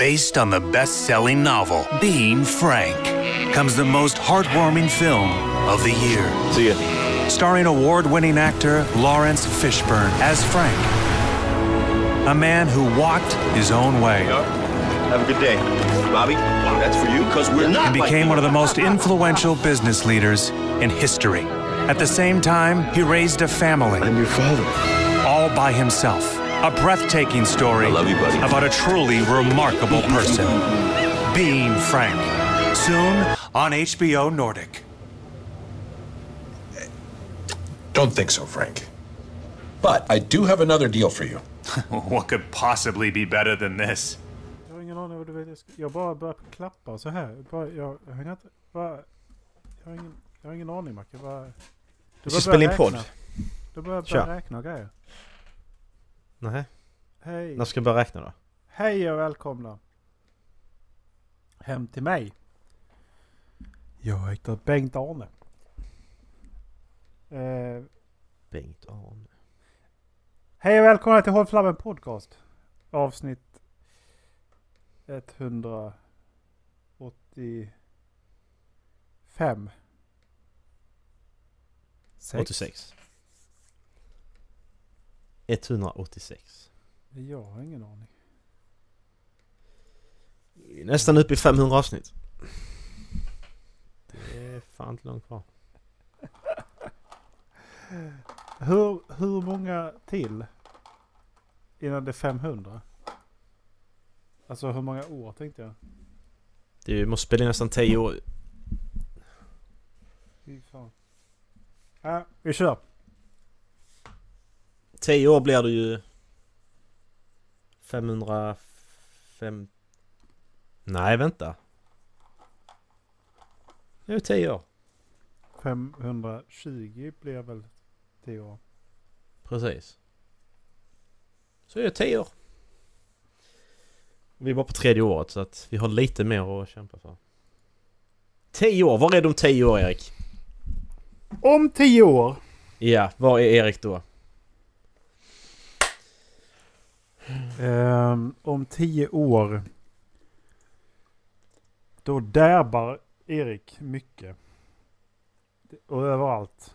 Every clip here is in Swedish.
Based on the best-selling novel, Being Frank, comes the most heartwarming film of the year. See ya. Starring award-winning actor Lawrence Fishburne as Frank, a man who walked his own way. Have a good day. Bobby, that's for you, because we're not and became one of the most influential business leaders in history. At the same time, he raised a family. I'm your father. All by himself. A breathtaking story I love you, buddy. about a truly remarkable person. Being Frank. Soon on HBO Nordic. Don't think so, Frank. But I do have another deal for you. What could possibly be better than this? Jag har ingen aning vad du vet. Jag bara börjar klappa så här. Jag hänger inte... Jag har ingen aning, Macke. Du ska spela in podd. Du börjar räkna och grejer. Nej. Hej. När ska jag börja räkna då? Hej och välkomna hem till mig. Jag heter Bengt Arne. Bengt Arne. Hej och välkomna till Håll Flabben podcast. Avsnitt 185. 86. 186. Jag har ingen aning. Nästan upp i 500 avsnitt. Det är fan inte långt kvar. Hur många till innan det är 500? Alltså hur många år tänkte jag? Du måste spela in nästan 10 år. Fy fan. Ja, vi kör. 10 år blir det ju 505. Nej, vänta. Det är 10 år. 520 blir väl 10 år. Precis. Så är det 10 år. Vi är bara på 3:e året så att vi har lite mer att kämpa för. 10 år, var är de 10 år, Erik? Om 10 år? Ja, var är Erik då? Om 10 år då därbar Erik mycket och överallt.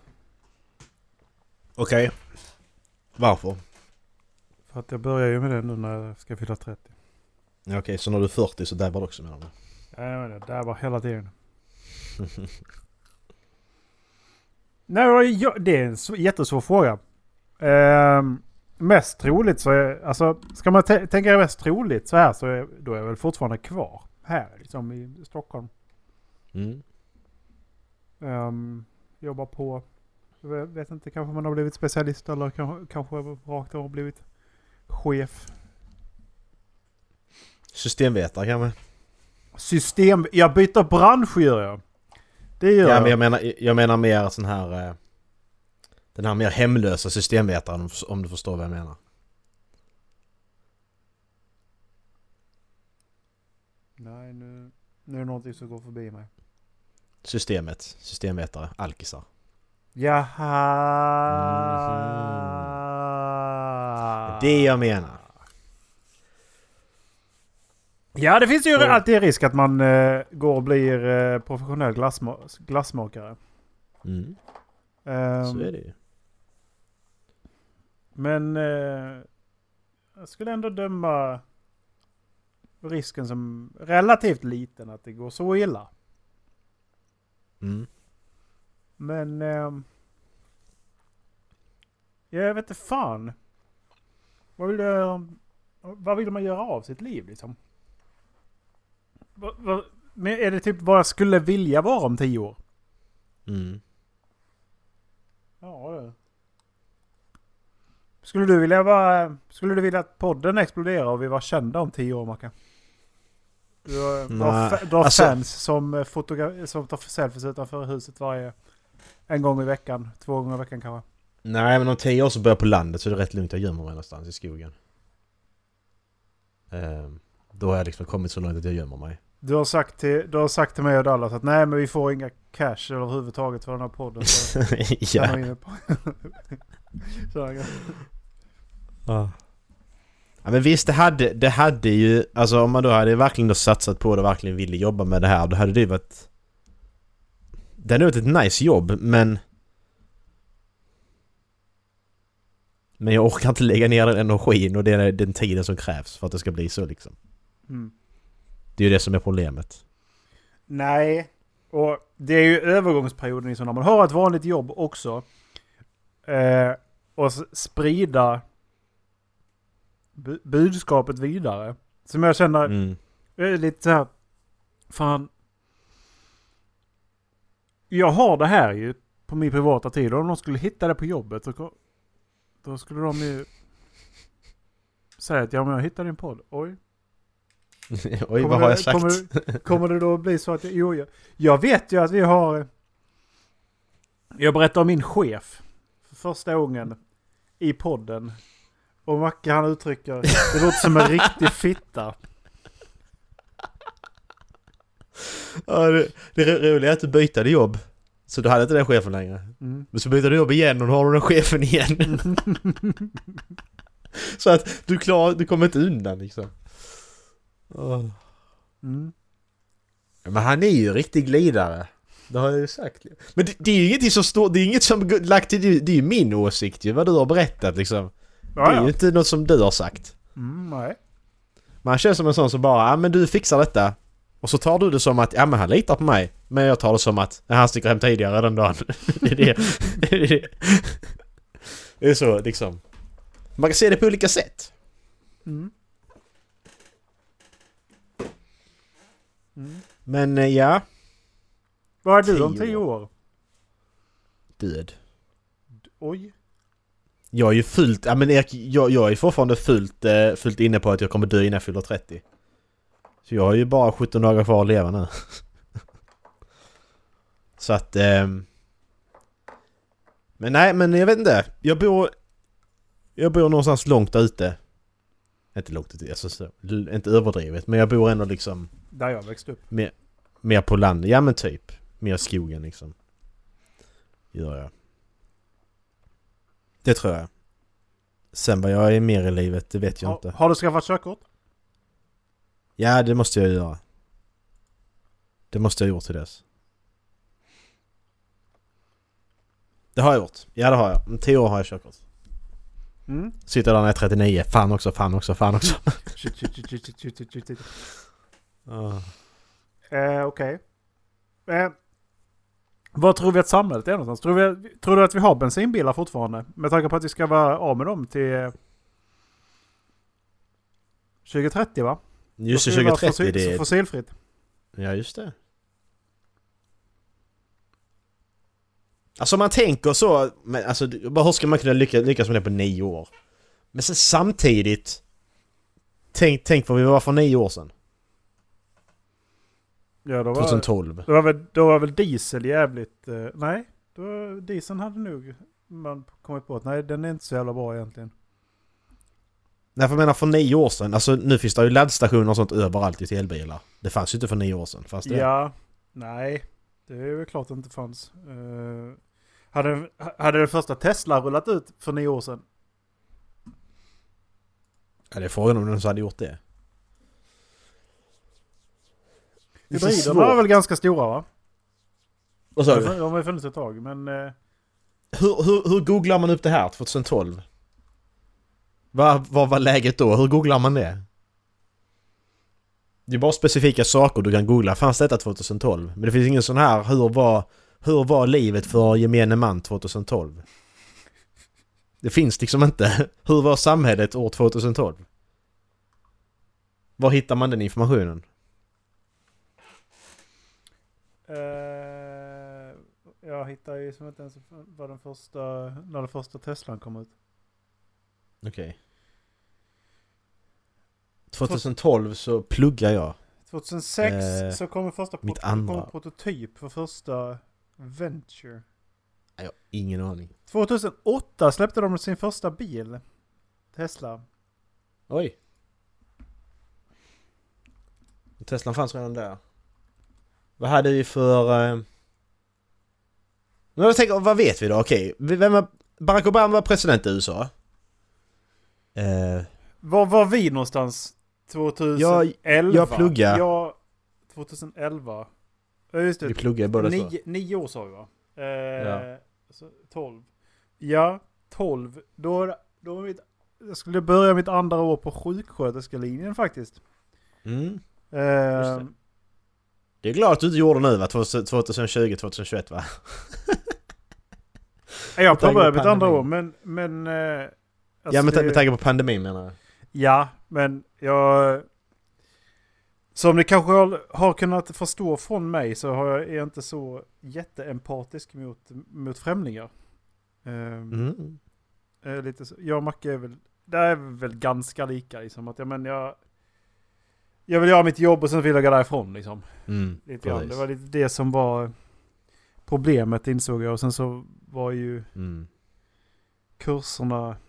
Okej. Varför? För att jag börjar ju med det nu när jag ska fylla 30. Ja, okej, så när du är 40 så därbar du också med honom. Ja, jag menar, därbar hela tiden. Nej, det är en jättesvår fråga. Mest troligt så är, alltså ska man tänka mest troligt så här så då är jag väl fortfarande kvar här liksom i Stockholm. Jobbar på, jag vet inte, kanske man har blivit specialist eller kanske rakt av blivit chef. Systemvetare kan man. Jag byter bransch gör jag. Det gör ja, men jag menar mer sån här den här mer hemlösa systemvetaren, om du förstår vad jag menar. Nej, nu är det någonting som går förbi mig. Systemvetare, alkisar. Jaha. Det jag menar. Ja, det finns ju alltid risk att man går och blir professionell glassmakare. Så är det ju. Men jag skulle ändå döma risken som relativt liten att det går så illa. Men jag vet inte fan. Vad vill man göra av sitt liv liksom? Men är det typ vad jag skulle vilja vara om 10 år? Ja, det. Skulle du vilja att podden exploderar och vi var kända om 10 år, Macka? Du har fans som tar selfies utanför huset en gång i veckan, 2 gånger i veckan kanske. Nej, men om 10 år så börjar jag på landet så är det rätt lugnt. Jag gömmer mig någonstans i skogen. Då har jag liksom kommit så långt att jag gömmer mig. Du har sagt till mig och Dallas att nej, men vi får inga cash överhuvudtaget för den här podden. Så ja. Så Ja, men visst, det hade ju... Alltså om man då hade verkligen då satsat på det och verkligen ville jobba med det här, då hade det varit... Det hade varit ett nice jobb, men jag orkar inte lägga ner den energin och den tiden som krävs för att det ska bli så liksom. Mm. Det är ju det som är problemet. Nej, och det är ju övergångsperioden liksom, när man har ett vanligt jobb också. Och sprida budskapet vidare. Som jag känner lite så här, fan, jag har det här ju på min privata tid. Och om de skulle hitta det på jobbet, då skulle de ju säga att ja, men jag hittade din podd. Oj. Oj, vad har jag sagt? Kommer det då bli så att jag vet ju att vi har... Jag berättar om min chef för första gången i podden. Och Macke, han uttrycker, det låter som en riktig fitta. Ja, det roliga är att du byter jobb. Så du hade inte den chefen längre. Men så byter du jobb igen och då har du den chefen igen. Så att du kommer inte undan liksom. Men han är ju riktigt glidare. Det har jag ju sagt. Men det är ju ingenting som står... Det är inget som lagt till... Det är ju min åsikt ju, vad du har berättat liksom. Det är ju inte något som du har sagt. Nej. Man känns som en sån som bara, ja men du fixar detta. Och så tar du det som att, ja men han litar på mig. Men jag tar det som att, han sticker hem tidigare den dagen. Det är så liksom. Man kan se det på olika sätt. Men ja. Vad är du om 10 år? Död. Oj. Jag är ju fullt, ja men jag är fortfarande fullt inne på att jag kommer dö innan jag fyller 30. Så jag har ju bara 17 dagar kvar att leva nu. Så att men nej, men jag vet inte. Jag bor någonstans långt ute. Inte långt ute, alltså, inte överdrivet, men jag bor ändå liksom där jag växte upp. Mer på land. Ja men typ. Mer skogen liksom. Gör jag. Det tror jag. Sen vad jag är mer i livet, det vet jag inte. Har du skaffat körkort? Ja, det måste jag göra. Det måste jag ha gjort till dess. Det har jag gjort. Ja, det har jag. Om 10 år har jag körkort. Sitter där när jag är 39. Fan också. Shit. Okej. Vad tror vi att samhället är någonstans? Tror du att vi har bensinbilar fortfarande? Med tanke på att vi ska vara av med dem till 2030, va? Just det, 2030 det är fossilfritt. Ja, just det. Alltså man tänker så, men alltså hur ska man kunna lyckas med det på 9 år? Men sen samtidigt tänk vad vi var för 9 år sedan. Ja, då var 2012. Då var väl diesel jävligt... nej, dieseln hade nog man kommit på att nej, den är inte så jävla bra egentligen. Nej, för jag menar för 9 år sedan. Alltså nu finns det ju laddstationer och sånt överallt i elbilar. Det fanns ju inte för 9 år sedan. Fanns det? Ja, nej. Det är väl klart att det inte fanns. Hade den första Tesla rullat ut för 9 år sedan? Ja, det är frågan om den så hade gjort det. Hybriderna var väl ganska stora, va? Vad sa du? De har ju funnits ett tag, men... Hur googlar man upp det här 2012? Vad var läget då? Hur googlar man det? Det är bara specifika saker du kan googla. Fanns detta 2012? Men det finns ingen sån här hur var livet för gemene man 2012? Det finns liksom inte. Hur var samhället år 2012? Var hittar man den informationen? Jag hittar ju som inte ens var när den första Teslan kom ut. Okej. 2012 så pluggar jag. 2006 så kommer första prototyp för första Venture. Jag har ingen aning. 2008 släppte de sin första bil. Tesla. Oj. Teslan fanns redan där. Vad hade vi för... Men jag tänker, vad vet vi då? Okej. Barack Obama var president i USA. Var var vi någonstans? 2011? Jag pluggar. Ja, 2011. Ja, just det. Vi pluggar båda två. 9 år sa vi, va? Ja. Så 12. Ja, 12. Då jag skulle börja mitt andra år på sjuksköterskelinjen faktiskt. Just det. Det är glad att du inte gjorde nu, va? 2020-2021, va? Jag påbörjade mitt andra år, men ja, med tanke på pandemin, menar jag. Ja, men jag... Som ni kanske har kunnat förstå från mig så är jag inte så jätteempatisk mot främlingar. Lite så. Jag och Macke är väl ganska lika. Liksom, att jag vill göra mitt jobb och sen vill jag gå därifrån. Liksom. Lite grann. Det var lite det som var problemet, insåg jag. Och sen så var ju kurserna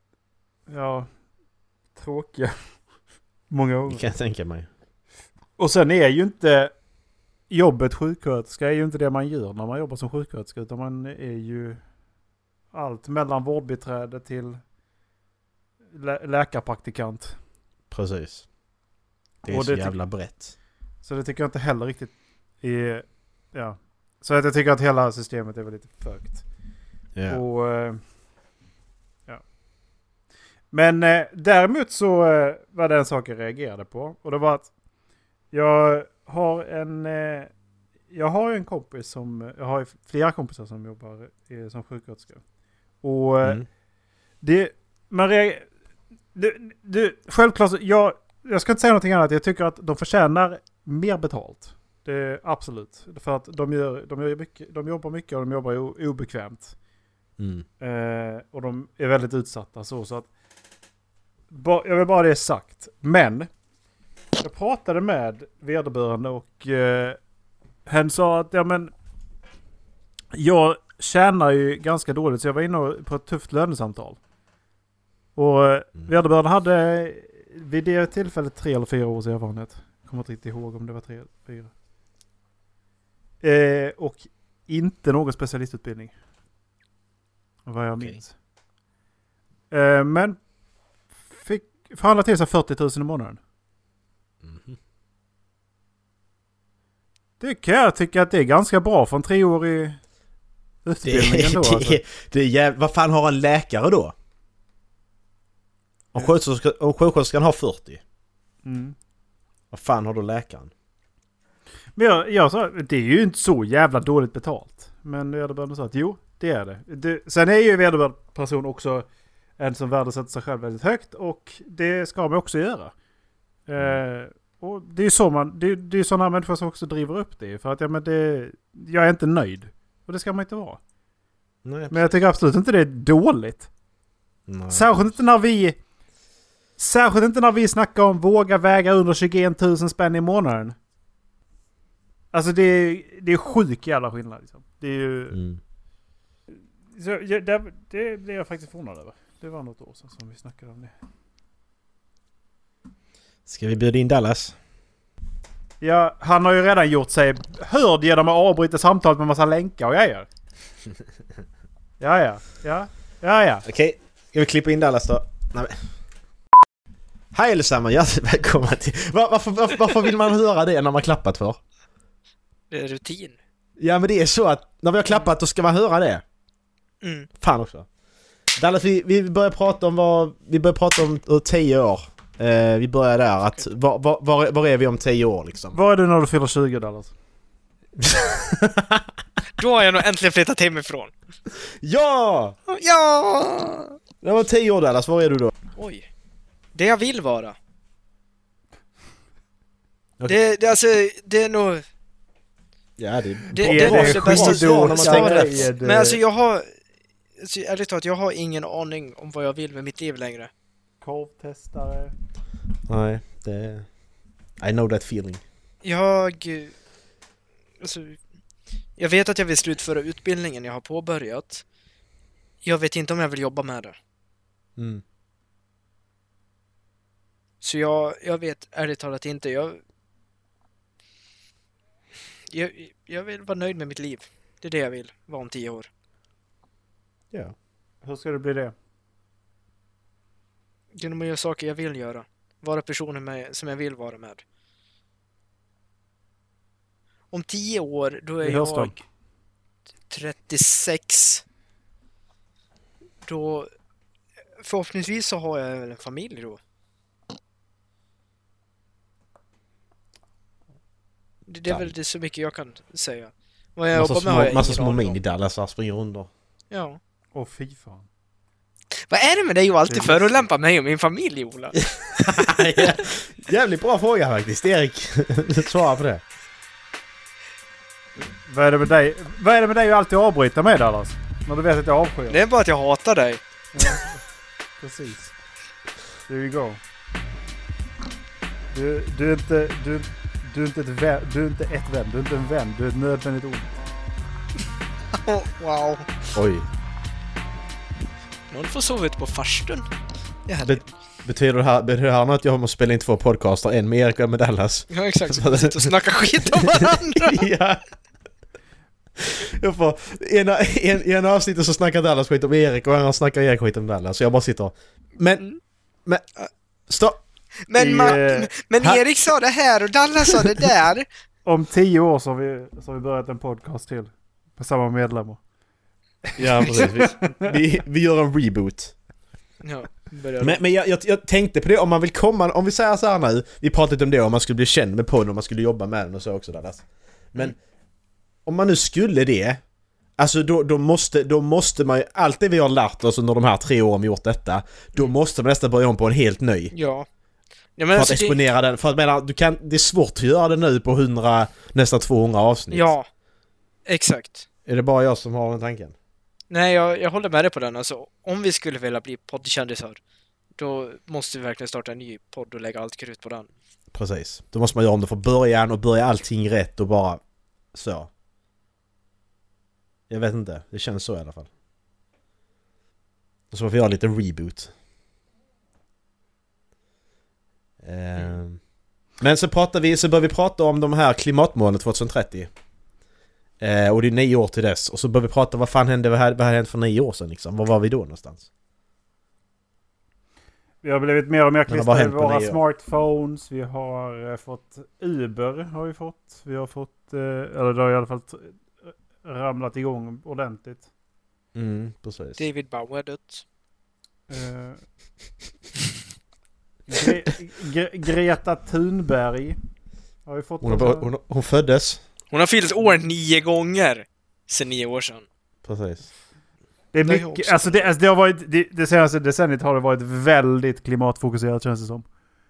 tråkiga. Många gånger. Det kan jag tänka mig. Och sen är ju inte jobbet sjuksköterska är ju inte det man gör när man jobbar som sjuksköterska, utan man är ju allt mellan vårdbiträde till läkarpraktikant. Precis. Det är så jävla brett. Så det tycker jag inte heller riktigt är... Ja. Så att jag tycker att hela systemet är väldigt fucked. Yeah. Och... ja. Men däremot så var det en sak jag reagerade på. Och det var att jag har en kompis som... Jag har flera kompisar som jobbar som sjuksköterska. Och självklart, jag ska inte säga någonting annat. Jag tycker att de förtjänar mer betalt. Det är absolut. För att de jobbar mycket och de jobbar obekvämt. Och de är väldigt utsatta. Så att jag vill bara det sagt. Men jag pratade med vederbörande och hen sa att jag tjänar ju ganska dåligt, så jag var inne på ett tufft lönesamtal. Och vederbörande hade vid det tillfället 3 eller 4 års erfarenhet. Jag kommer inte riktigt ihåg om det var 3 eller 4. Och inte någon specialistutbildning. Vad jag minns. Men fick förhandla till sig 40 000 i månaden. Det kan jag tycka att det är ganska bra för en 3-årig utbildning ändå. Vad fan har en läkare då? Om sjuksköterskan har 40. Vad fan har då läkaren? Men jag sa, det är ju inte så jävla dåligt betalt. Men vederbörande sa att jo, det är det. Sen är ju vederbörande person också en som värdesätter sig själv väldigt högt. Och det ska man också göra. Och det är ju så det är sådana människor som också driver upp det. För att jag är inte nöjd. Och det ska man inte vara. Nej, men jag tycker absolut inte det är dåligt. Nej. Särskilt inte när vi snackar om våga väga under 21 000 spänn i månaden. Alltså det är sjuk jävla skillnad liksom. Det är ju... Så, det blev jag faktiskt förvånad över. Det var något år sedan som vi snackade om det. Ska vi bjuda in Dallas? Ja, han har ju redan gjort sig hörd genom att avbryta samtalet med massa länkar och grejer. Ja. Okej, ska vi klippa in Dallas då? Nej. Hej allesammans, hjärtligt välkomna till... Varför vill man höra det när man klappat för? Det är rutin. Ja, men det är så att när vi har klappat då ska man höra det. Fan också. Dallas, vi börjar prata om vi börjar prata om 10 år. Vi börjar där. Att, var är vi om 10 år liksom? Var är du när du fyller 20, Dallas? Då har jag nog äntligen flyttat hemifrån. Ja! Ja! Det var 10 år, Dallas. Var är du då? Oj. Det jag vill vara. Okay. Det är nog... Ja, det är det bästa svaret. Men alltså jag har... Ärligt talat, jag har ingen aning om vad jag vill med mitt liv längre. Korvtestare. Nej, I know that feeling. Jag vet att jag vill slutföra utbildningen jag har påbörjat. Jag vet inte om jag vill jobba med det. Så jag vet ärligt talat inte. Jag vill vara nöjd med mitt liv. Det är det jag vill vara om 10 år. Ja. Hur ska det bli det? Genom att göra saker jag vill göra. Vara personen som jag vill vara med. Om 10 år, då är jag 36. Då förhoppningsvis så har jag en familj då. Det är väl det så mycket jag kan säga. Vad jag jobbar med har jag massa små mini-Dallasar springer under. Ja. Åh, fy fan. Vad är det med dig och alltid förolämpa mig och min familj, Ola? Jävligt bra fråga faktiskt, Erik. Svara på det. Vad är det med dig att alltid avbryta med, Dallas? När du vet att jag avskyr. Det är bara att jag hatar dig. Ja, precis. There you go. Du är inte ett vän. Du är inte en vän. Du är ett nödvändigt ord. Wow. Oj. Någon får sova ut på farstun. Betyder det här att jag måste spela in 2 podcaster, en med Erik och en med Dallas? Ja, exakt. Så sitter och snackar skit om varandra. Ja. Jag får en avsnitt så snackar Dallas skit om Erik och en snackar Erik skit om Dallas. Så jag bara sitter. Men stopp. Men Erik sa det här och Dallas sa det där. Om 10 år så har vi börjat en podcast till med samma medlemmar. Ja, precis. Vi gör en reboot. Ja, men jag tänkte på det, om man vill komma, om vi säger så här nu, vi pratade om det, om man skulle bli känd med podden, om man skulle jobba med den och så också där. Men om man nu skulle det, alltså då måste man ju, allt det vi har lärt oss under de här 3 åren vi gjort detta, då måste man nästan börja om på en helt ny. Ja. Ja, men för alltså att exponera den, för att det är svårt att göra det nu på 100, nästan 200 avsnitt. Ja, exakt. Är det bara jag som har den tanken? Nej, jag håller med dig på den. Alltså, om vi skulle vilja bli poddkändisar, då måste vi verkligen starta en ny podd och lägga allt krut på den. Precis. Då måste man göra om det från början och börja allting rätt och bara så. Jag vet inte. Det känns så i alla fall. Så får vi göra lite reboot. Men så bör vi prata om de här klimatmålen 2030. Och det är 9 år till dess. Och så bör vi prata vad fan hände, vad hade hänt för 9 år sedan liksom. Var var vi då någonstans? Vi har blivit mer och mer klistrade i våra smartphones. Vi har fått Uber har vi fått. Vi har fått, eller det har i alla fall ramlat igång ordentligt. Precis. David Bauer dött. Greta Thunberg har vi fått. Hon föddes. Hon har fyllt år 9 gånger sedan 9 år sedan. Precis. Det är mycket, alltså det har varit det senaste decenniet har det varit väldigt klimatfokuserat, känns det som.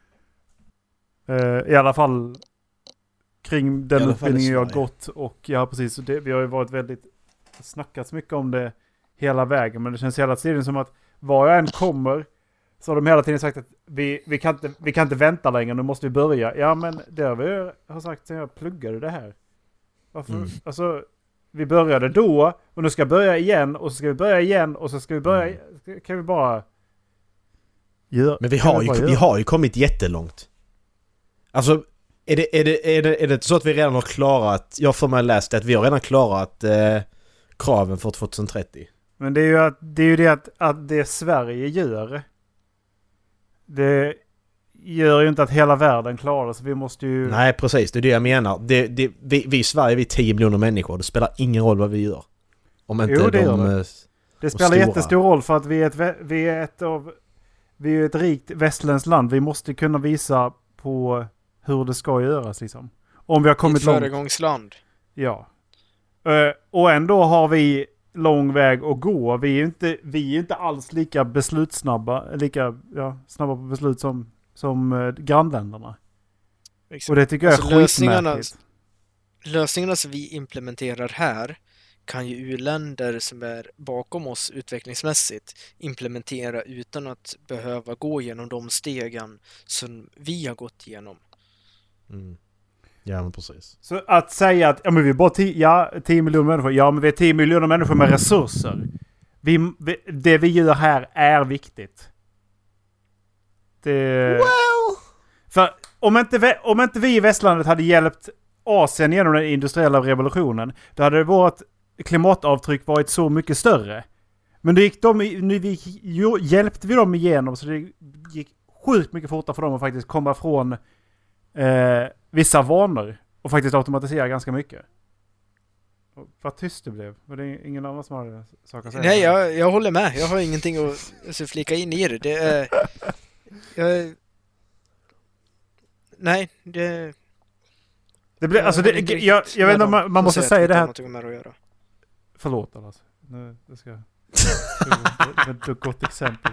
I alla fall kring den utbildningen jag har gått, och ja, precis, vi har ju varit väldigt snackats mycket om det hela vägen, men det känns hela tiden som att var jag än kommer så har de hela tiden sagt att vi kan inte vänta längre, nu måste vi börja. Ja, men det har sagt sen jag pluggade det här. Varför? Alltså, vi började då och nu ska vi börja igen och så ska vi börja igen och så ska vi börja kan vi bara göra. Men vi har ju kommit jättelångt. Alltså är det så att vi redan har klarat, jag får mig läst att vi har redan klarat kraven för 2030. Men det är ju det att det Sverige gör, det gör ju inte att hela världen klarar det, så vi måste ju... Nej, precis. Det är det jag menar. Vi i Sverige, vi är 10 miljoner människor. Det spelar ingen roll vad vi gör. Om inte det spelar jättestor roll, för att vi är ett rikt västländskt land. Vi måste kunna visa på hur det ska göras, liksom. Om vi har kommit långt. Föregångsland. Ja. Och ändå har vi lång väg att gå. Vi är inte alls lika beslutssnabba, snabba på beslut som grannländerna. Exakt. Och det tycker jag är skitmärkligt. Lösningarna som vi implementerar här kan ju u-länder som är bakom oss utvecklingsmässigt implementera utan att behöva gå igenom de stegen som vi har gått igenom. Ja, men precis. Så att säga att men vi är bara 10 miljoner människor. Ja, men vi är 10 miljoner människor med resurser. Det vi gör här är viktigt. För om inte vi i västlandet hade hjälpt Asien genom den industriella revolutionen, då hade vårt klimatavtryck varit så mycket större. Men det gick hjälpte vi dem igenom så det gick sjukt mycket fortare för dem att faktiskt komma från vissa vanor och faktiskt automatisera ganska mycket. Och vad tyst det blev. Var det ingen annan som hade saker att säga? Nej, jag håller med. Jag har ingenting att flika in i det. Det är... Nej, det... Det blir, alltså det, jag vet inte om man måste säga det här. Med att göra. Förlåt alltså. Nu, det ska ett gott exempel.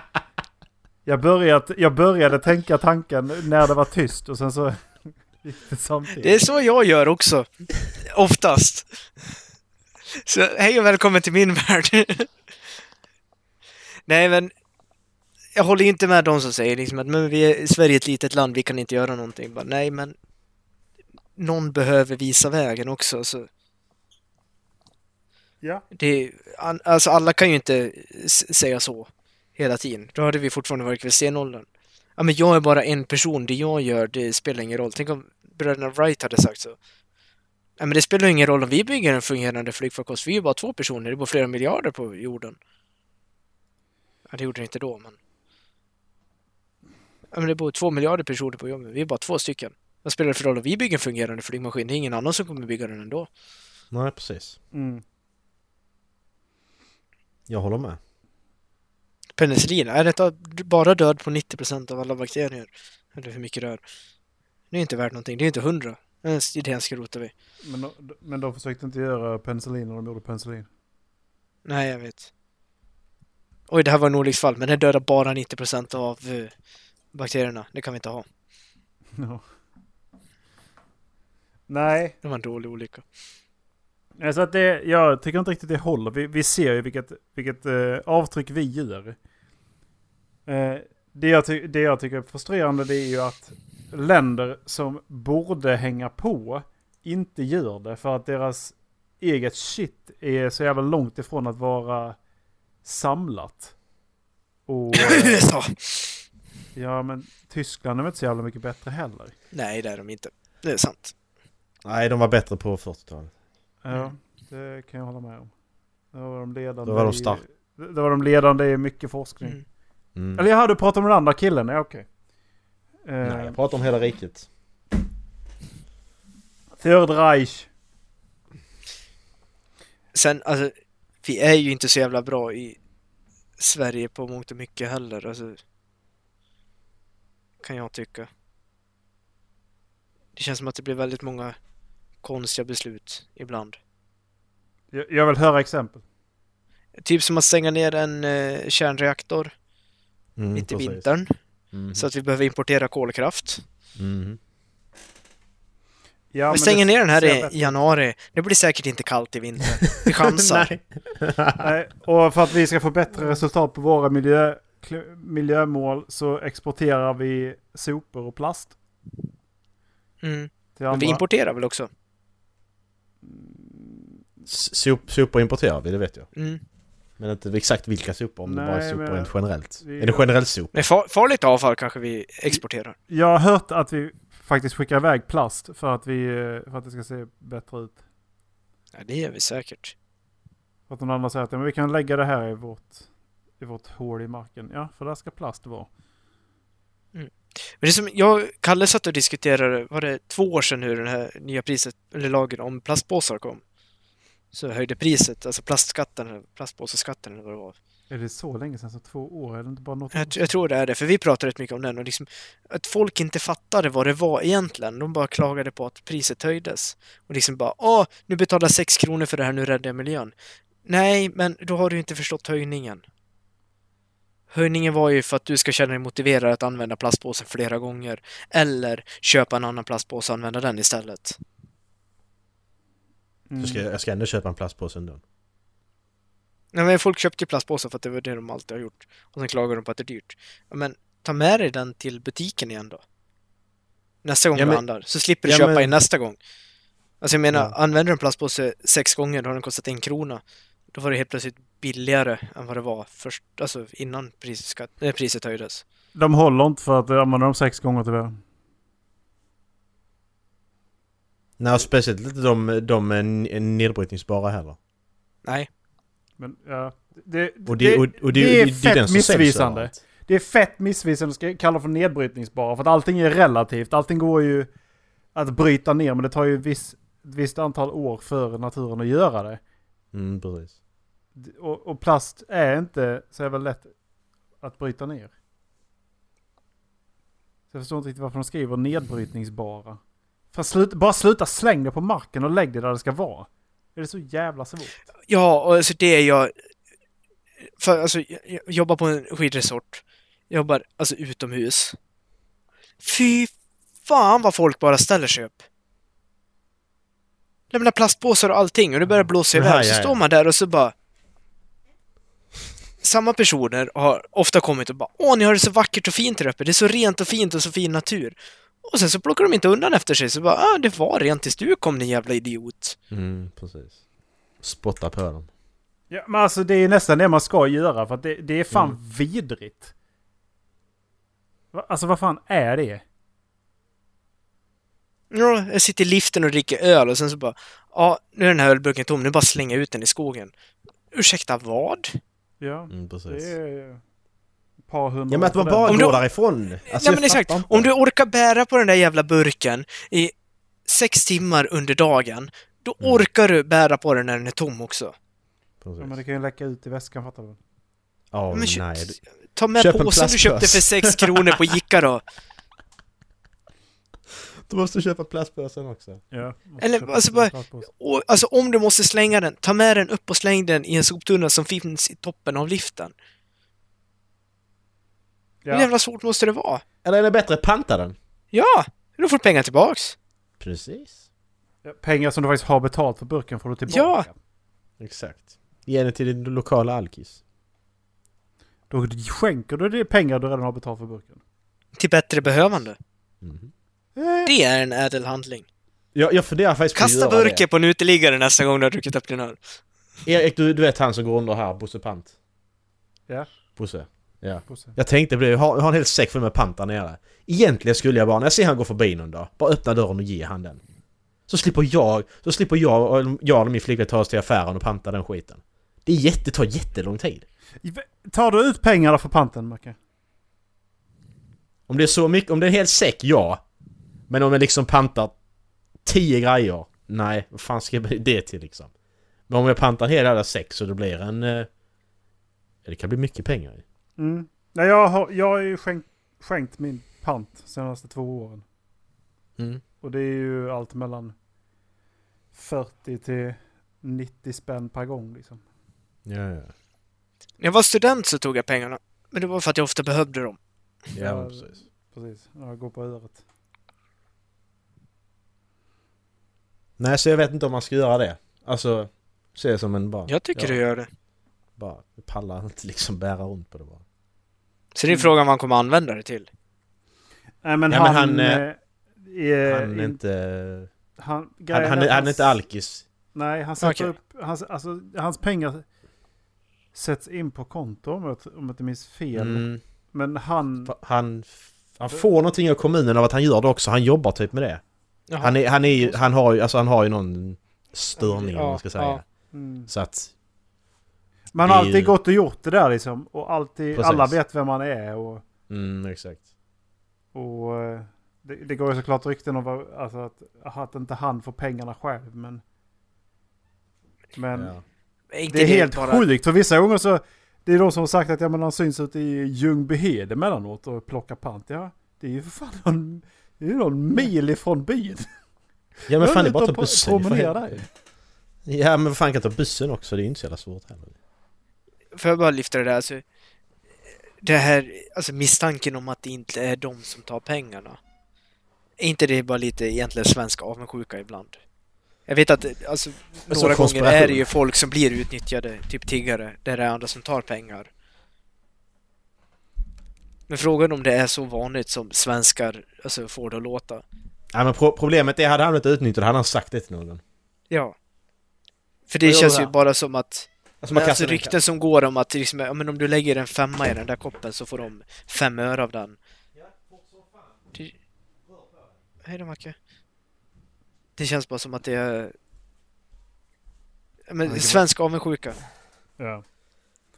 Jag började tänka tanken när det var tyst och sen så gick det samtidigt. Det är så jag gör också. Oftast. Så hej och välkommen till min värld. Nej, men jag håller inte med de som säger liksom att men vi är Sverige ett litet land, vi kan inte göra någonting. Bara, nej, men någon behöver visa vägen också. Så. Ja. Alltså alla kan ju inte säga så hela tiden. Då hade vi fortfarande varit vid stenåldern. Ja, men jag är bara en person. Det jag gör, det spelar ingen roll. Tänk om bröderna Wright hade sagt så. Ja, men det spelar ingen roll om vi bygger en fungerande flygfarkost. Vi är bara 2 personer. Det bor flera miljarder på jorden. Ja, det gjorde det inte då, men... Ja, men det bor 2 miljarder personer på jorden. Vi är bara 2 stycken. Vad spelar det för roll om vi bygger en fungerande flygmaskin? Det är ingen annan som kommer bygga den ändå. Nej, precis. Mm. Jag håller med. Penicillin, är det bara död på 90% av alla bakterier? Eller hur mycket det är? Det är inte värt någonting, det är inte 100. Den idén skrotar vi. Men de försökte inte göra penicillin när de gjorde penicillin. Nej, jag vet. Oj, det här var en olycksfall, men det dödar bara 90% av bakterierna. Det kan vi inte ha. No. Nej. Det var en dålig olycka. Alltså att jag tycker inte riktigt det håller. Vi ser ju vilket avtryck vi gör. Det jag tycker är frustrerande det är ju att länder som borde hänga på inte gör det för att deras eget shit är så jävla långt ifrån att vara samlat. Och USA. Ja, men Tyskland är inte så jävla mycket bättre heller. Nej, det är de inte. Det är sant. Nej, de var bättre på 40-talet. Ja, det kan jag hålla med om. Det var de ledande. Då var de starka. Det var de ledande i mycket forskning. Mm. Mm. Eller jag hade pratat om den andra killen. Ja, okej. Nej, jag pratar om hela riket. Third Reich. Sen, alltså, vi är ju inte så jävla bra i Sverige på mångt och mycket heller. Alltså, kan jag tycka. Det känns som att det blir väldigt många konstiga beslut ibland. Jag vill höra exempel. Typ som att stänga ner en kärnreaktor mitt i vintern. Så att vi behöver importera kolkraft. Ja, vi stänger ner den här i januari. Det blir säkert inte kallt i vinter. Vi chansar. Nej. Och för att vi ska få bättre resultat på våra miljömål så exporterar vi sopor och plast. Men vi importerar väl också? Sopor importerar vi, det vet jag. Men inte exakt vilka sopor, om det bara är sopor rent generellt. Är det generellt sopor? Men farligt avfall kanske vi exporterar. Jag har hört att vi faktiskt skickar iväg plast för att det ska se bättre ut. Ja, det gör vi säkert. För att någon annan säger att men vi kan lägga det här i vårt hål i marken. Ja, för där ska plast vara. Men det som jag Kalle satt och diskuterade, var det 2 år sedan hur den här nya priset eller lagen om plastpåsar kom. Så höjde priset, alltså plastpåseskatten eller vad det var. Är det så länge sedan, så 2 år? Är det inte bara något? Jag tror det är det, för vi pratade rätt mycket om den och liksom att folk inte fattade vad det var egentligen. De bara klagade på att priset höjdes. Och liksom bara, nu betalar 6 kronor för det här, nu räddar jag miljön. Nej, men då har du inte förstått höjningen. Höjningen var ju för att du ska känna dig motiverad att använda plastpåsen flera gånger. Eller köpa en annan plastpåse och använda den istället. Jag ska ändå köpa en plastpåse ändå. Nej, men folk köpte ju plastpåsar för att det var det de alltid har gjort. Och sen klagar de på att det är dyrt. Ja, men ta med dig den till butiken igen då. Nästa gång du handlar. Så slipper du köpa in nästa gång. Alltså jag menar, använder du en plastpåse 6 gånger, då har den kostat 1 krona. Då var det helt plötsligt billigare än vad det var först, alltså innan priset höjdes. De håller inte för att använda dem 6 gånger tyvärr. Nej, speciellt inte de är nedbrytningsbara heller. Nej. Men ja, Det det är den fett som missvisande. säljs Det är fett missvisande att ska kalla för nedbrytningsbara. För att allting är relativt. Allting går ju att bryta ner. Men det tar ju ett visst antal år för naturen att göra det. Precis. Och plast är inte så jävla lätt att bryta ner. Så jag förstår inte riktigt varför de skriver nedbrytningsbara. Bara sluta släng det på marken och lägg det där det ska vara. Är det så jävla svårt? Ja, och alltså det är jag... För alltså, jag jobbar på en skidresort. Jag jobbar alltså utomhus. Fy fan vad folk bara ställer sig upp. Lämnar plastpåsar och allting och det börjar blåsa iväg. Så står man där och så bara... Samma personer har ofta kommit och bara åh, ni har det så vackert och fint där uppe. Det är så rent och fint och så fin natur. Och sen så plockar de inte undan efter sig. Så bara, det var rent tills du kom, din jävla idiot. Precis. Spotta på dem. Ja, men alltså det är nästan det man ska göra. För att det är fan vidrigt. Alltså vad fan är det? Ja, jag sitter i liften och dricker öl och sen så bara ja, nu är den här ölburken tom, nu bara slänga ut den i skogen. Ursäkta, vad? Ja, precis. det är ett par hundra. Ja, men att man bara går därifrån. Alltså, nej, men exakt. Om du orkar bära på den där jävla burken i 6 timmar under dagen, då orkar du bära på den när den är tom också. Ja, men det kan ju läcka ut i väskan, fattar du? Nej. Ta med påsen du köpte för 6 kronor på Ica då. Du måste köpa plastpåsen också. Ja. Eller alltså om du måste slänga den, ta med den upp och släng den i en soptunna som finns i toppen av liften. Ja. Hur jävla svårt måste det vara? Eller är det bättre panta den? Ja, då får du pengar tillbaks. Precis. Ja, pengar som du faktiskt har betalt för burken får du tillbaka. Ja. Exakt. Ge den till din lokala alkis. Då skänker du det pengar du redan har betalt för burken. Till bättre behövande. Mm. Det är en ädel handling. Jag funderar faktiskt på att Kasta göra burken det. på en uteliggare nästa gång du har druckit upp din öl. Erik, du vet han som går under här, Bosse Pant. Ja. Bosse. Ja. Bosse. Jag tänkte på det, jag har en hel säck full med pant där nere. Egentligen skulle jag bara, när jag ser han gå förbi någon dag, bara öppna dörren och ge han den. Så slipper jag och min flicka ta oss till affären och panta den skiten. Det tar jättelång tid. Tar du ut pengarna för panten, Macke? Om det är så mycket, om det är en hel säck, ja. Men om jag liksom pantar 10 grejer, nej, vad fan ska jag det till liksom? Men om jag pantar hela där säck så det blir en... det kan bli mycket pengar i. Nej, jag har ju skänkt min pant de senaste 2 åren. Och det är ju allt mellan 40 till 90 spänn per gång liksom. Ja. När jag var student så tog jag pengarna. Men det var för att jag ofta behövde dem. Ja, precis. Precis, jag går på öret. Nej, så jag vet inte om man ska göra det. Alltså, se det som en bara... Jag tycker du gör det. Bara pallar inte liksom bära runt på det bara. Så det är frågan vad man kommer använda det till. Nej, men Ja, han är inte... Han är inte alkis. Nej, han sätter upp... Hans pengar sätts in på konto om jag inte minns fel. Men han får någonting av kommunen av att han gör det också. Han jobbar typ med det. Han har ju någon störning, om man ska säga. Så att... Man har alltid gått och gjort det där liksom. Och alltid, precis. alla vet vem man är. Och, exakt. Och det går ju såklart rykten om att inte han får pengarna själv. Men det är helt sjukt. För vissa gånger så... Det är de som har sagt att han syns ut i Ljungbyhed emellanåt och plockar pant. Ja, det är ju för fan någon mil ifrån byn. Ja, men fan, det är bara att ta bussen. Där. Ja, men fan kan ta bussen också. Det är ju inte så jävla svårt heller. Får jag bara lyfta det där? Alltså, det här, alltså misstanken om att det inte är de som tar pengarna. Är inte det bara lite egentligen svensk avundsjuka ibland? Jag vet att alltså, några gånger är det ju folk som blir utnyttjade, typ tiggare, där det är andra som tar pengar. Men frågan om det är så vanligt som svenskar alltså, får det att låta. Ja, men problemet är, hade han inte utnyttjat hade han sagt det till någon. Ja. För det känns ju bara som att alltså rykten som går om att liksom, ja, men om du lägger en 5 i den där koppen så får de 5 öre av den. Hej då, Macke. Det känns bara som att det är... Men svensk avundsjuka. Ja.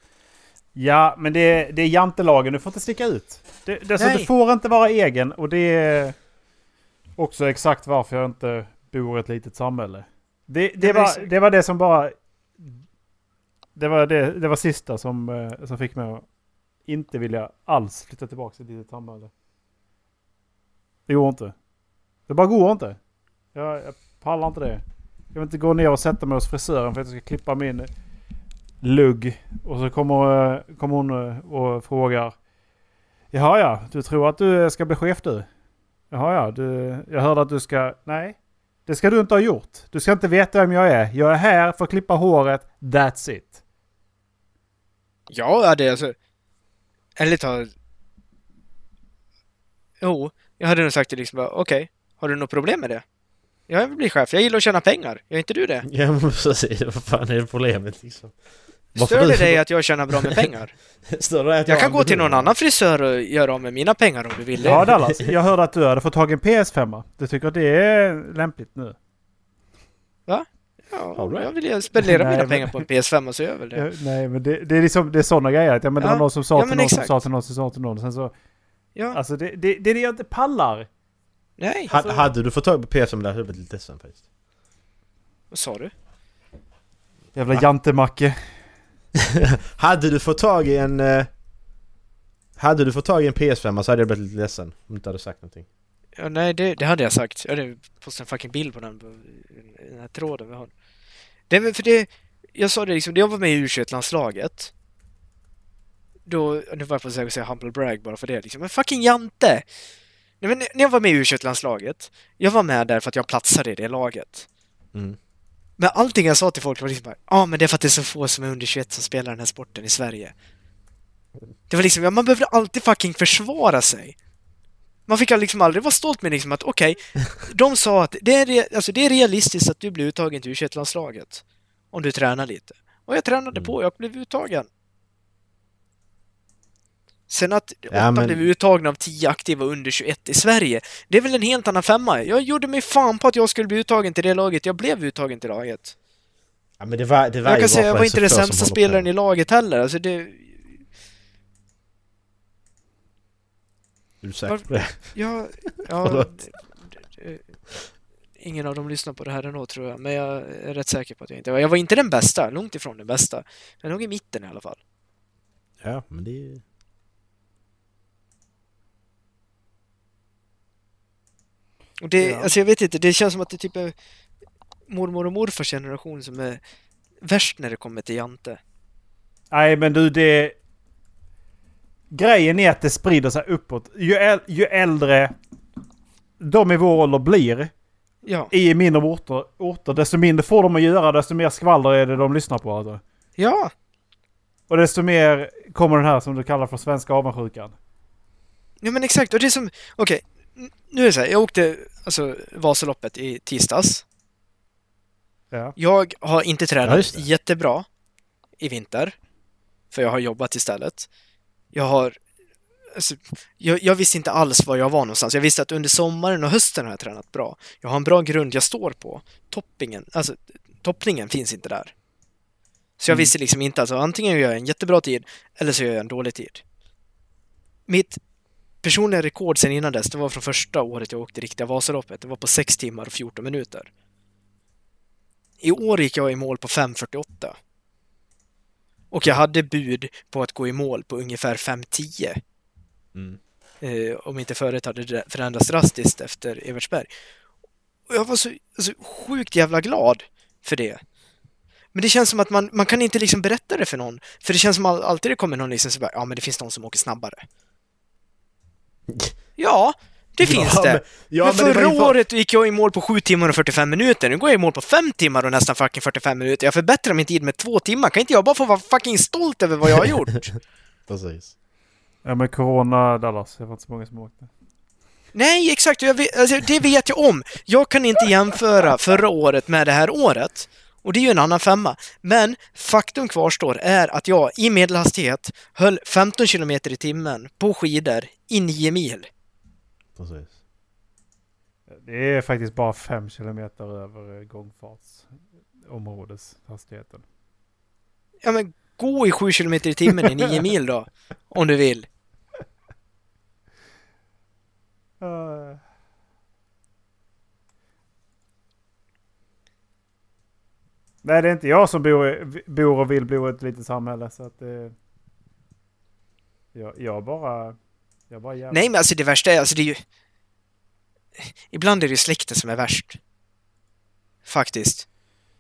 Ja, men det är jantelagen. Du får inte sticka ut. Du får inte vara egen. Och det är också exakt varför jag inte bor i ett litet samhälle. Det var det som bara... Det var sista som fick mig att inte vilja alls flytta tillbaka till ett litet samhälle. Det går inte. Det bara går inte. Jag pallar inte det. Jag vill inte gå ner och sätta mig hos frisören för att jag ska klippa min lugg. Och så kommer hon och frågar: Jaha ja, du tror att du ska bli chef du? Jaha ja, jag hörde att du ska... Nej, det ska du inte ha gjort. Du ska inte veta vem jag är. Jag är här för att klippa håret. That's it. Ja, det är alltså... Ärligt talat... Jo, jag hade nog sagt det liksom bara, okej, har du något problem med det? Jag vill bli chef, jag gillar att tjäna pengar. Gör inte du det? Ja, men precis. Vad fan är det problemet liksom? Stör det dig att jag tjänar bra med pengar? Jag kan gå till någon annan frisör och göra av med mina pengar om du vill det. Ja, Dallas, jag hörde att du hade fått tag i en PS5. Du tycker att det är lämpligt nu? Va? Ja, jag vill ju spendera mina pengar på en PS5 och så gör jag väl det. Nej, men det är liksom, det är sådana grejer. Att, det var någon som sa till någon som sa till någon som sa till någon. Sen så, alltså det är det jag inte pallar. Nej. Hade du fått tag på PS5 där huvudet lite ledsen faktiskt? Vad sa du? Jävla jantemacke. Hade du fått tag i en PS5 så hade jag blivit lite ledsen om du inte hade sagt någonting. Ja, nej, det hade jag sagt. Jag hade postat en fucking bild på den här tråden vi har. Jag sa det liksom, jag var med i U21-landslaget. Nu var jag på att säga humble brag bara för det liksom. Men fucking jante! Nej, men när jag var med i U21-landslaget, jag var med där för att jag platsade i det laget. Mm. Men allting jag sa till folk var liksom bara, men det är för att det är så få som är under 21 som spelar den här sporten i Sverige. Det var liksom, man behövde alltid fucking försvara sig. Man fick liksom aldrig vara stolt med liksom att okej, de sa att det är realistiskt att du blir uttagen till U21-landslaget om du tränar lite. Och jag tränade på, jag blev uttagen. Sen att 8 blev uttagna av 10 aktiva under 21 i Sverige, det är väl en helt annan femma. Jag gjorde mig fan på att jag skulle bli uttagen till det laget. Jag blev uttagen till laget. Ja, men det var jag kan säga, jag var inte den sämsta spelaren i laget heller. Alltså det... Är du säker på det? Ja, ingen av dem lyssnar på det här ändå tror jag. Men jag är rätt säker på att jag inte var. Jag var inte den bästa, långt ifrån den bästa. Jag låg i mitten i alla fall. Ja, men det... Och det, alltså jag vet inte, det känns som att det typ är mormor och morfars generation som är värst när det kommer till jante. Nej, men du, grejen är att det sprider sig uppåt. Ju äldre de i vår ålder blir i mindre orter, desto mindre får de att göra, desto mer skvaller är det de lyssnar på. Alltså. Ja. Och desto mer kommer den här som du kallar för svenska avundsjukan. Ja, men exakt. Och det är som, okej, nu är det så här, jag åkte Vasaloppet i tisdags. Ja. Jag har inte tränat jättebra i vinter. För jag har jobbat istället. Jag visste inte alls var jag var någonstans. Jag visste att under sommaren och hösten har jag tränat bra. Jag har en bra grund jag står på. Toppningen finns inte där. Så jag visste liksom inte, alltså antingen gör jag en jättebra tid eller så gör jag en dålig tid. Mitt personliga rekord sen innan dess, det var från första året jag åkte riktiga Vasaloppet. Det var på 6 timmar och 14 minuter. I år gick jag i mål på 5:48. Och jag hade bud på att gå i mål på ungefär 5:10. Om inte förut hade det förändrats drastiskt efter Evertsberg. Och jag var så sjukt jävla glad för det. Men det känns som att man kan inte liksom berätta det för någon. För det känns som att alltid det kommer någon liksom så bara, men det finns någon som åker snabbare. Ja, det finns det. Men förra året gick jag i mål på 7 timmar och 45 minuter. Nu går jag i mål på 5 timmar och nästan fucking 45 minuter. Jag förbättrar min tid med 2 timmar. Kan inte jag bara få vara fucking stolt över vad jag har gjort? Precis. Ja, men corona, Dallas. Det var inte så många som åkte. Nej, exakt. Det vet jag om. Jag kan inte jämföra förra året med det här året. Och det är ju en annan femma. Men faktum kvarstår är att jag i medelhastighet höll 15 km i timmen på skidor i 9 mil. Precis. Det är faktiskt bara 5 kilometer över gångfartsområdeshastigheten. Ja, men gå i 7 kilometer i timmen i 9 mil då. Om du vill. Nej, det är inte jag som bor och vill bo i ett litet samhälle. Så att jag bara jävlar. Nej, men alltså det värsta är, alltså det är ju... Ibland är det släkten som är värst. Faktiskt.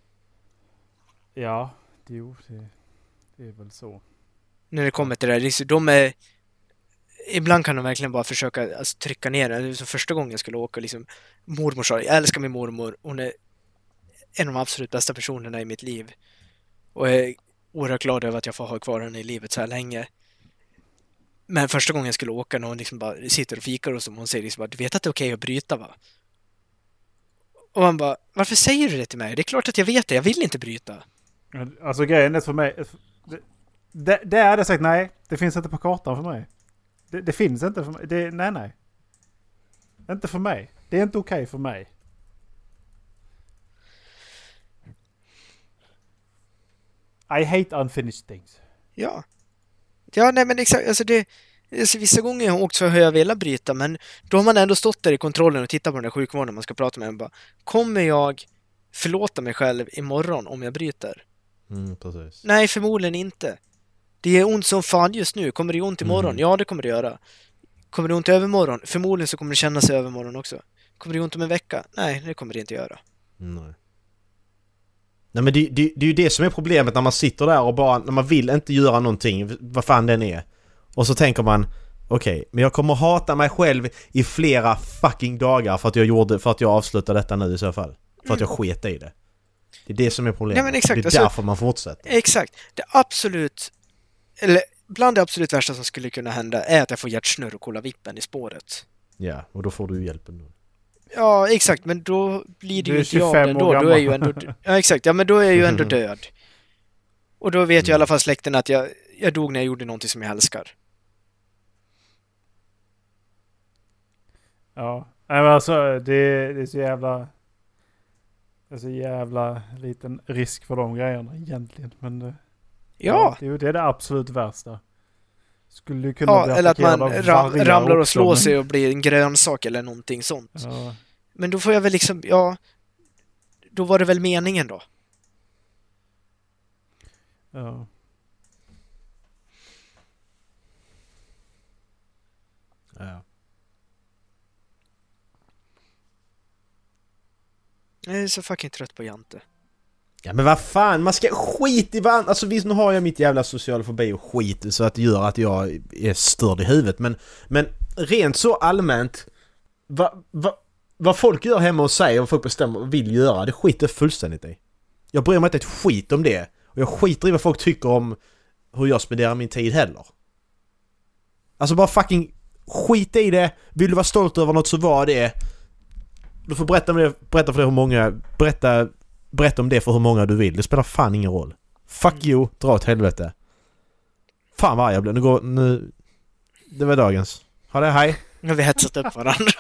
Ja, det är väl så. När det kommer till det där, de är... Ibland kan de verkligen bara försöka trycka ner det. Så första gången jag skulle åka, liksom, mormor sa, jag älskar min mormor. Hon är en av de absolut bästa personerna i mitt liv. Och jag är oerhört glad över att jag får ha kvar henne i livet så här länge. Men första gången jag skulle åka, när hon liksom bara sitter och fikar och som hon säger liksom bara, du vet att det är okej att bryta, va? Och han bara, varför säger du det till mig? Det är klart att jag vet det, jag vill inte bryta. Alltså grejen är för mig... Det är det sagt, nej. Det finns inte på kartan för mig. Det finns inte för mig. Nej. Inte för mig. Det är inte okej för mig. I hate unfinished things. Ja. Ja, nej men exakt. Alltså vissa gånger har jag åkt så har jag velat bryta, men då har man ändå stått där i kontrollen och tittat på den där sjukvården man ska prata med en bara, kommer jag förlåta mig själv imorgon om jag bryter? Precis. Nej, förmodligen inte. Det är ont som fan just nu. Kommer det ont imorgon? Ja, det kommer det göra. Kommer det ont övermorgon? Förmodligen så kommer det kännas övermorgon också. Kommer det ont om en vecka? Nej, det kommer det inte göra. Nej, men det är ju det som är problemet när man sitter där och bara, när man vill inte göra någonting, vad fan den är. Och så tänker man, okej, men jag kommer hata mig själv i flera fucking dagar för att jag avslutade detta nu i så fall. För att jag sket i det. Det är det som är problemet. Ja, men exakt. Det är därför man fortsätter. Exakt. Bland det absolut värsta som skulle kunna hända är att jag får hjärtsnurr och kolla vippen i spåret. Ja, och då får du hjälpen då. Ja, exakt. Men då blir det ju inte jag ändå. Då är ju ändå... Ja, exakt. Ja, men då är jag ju ändå död. Och då vet ju i alla fall släkten att jag dog när jag gjorde någonting som jag älskar. Ja, men alltså det är så jävla... Det är så jävla liten risk för de grejerna egentligen. Men Ja. Det är det absolut värsta. Skulle du kunna bli eller att man ramlar och slår också, sig och blir en grönsak eller någonting sånt. Ja. Men då får jag väl liksom, då var det väl meningen då. Ja. Ja. Jag är så fucking trött på Jante. Ja, men vad fan, man ska skit i varandra. Alltså visst, nu har jag mitt jävla social fobi och skit så att det gör att jag är störd i huvudet. Men rent så allmänt, vad folk gör hemma och säger, vad folk bestämmer och vill göra, det skiter fullständigt i. Jag bryr mig inte ett skit om det. Och jag skiter i vad folk tycker om hur jag spenderar min tid heller. Alltså bara fucking skit i det. Vill du vara stolt över något så var det. Du får berätta för det hur många... Berätta om det för hur många du vill. Det spelar fan ingen roll. Fuck you, dra åt helvete. Fan vad jag blev. Nu... Det var dagens. Ha det, hej. Nu har vi hetsat upp varandra.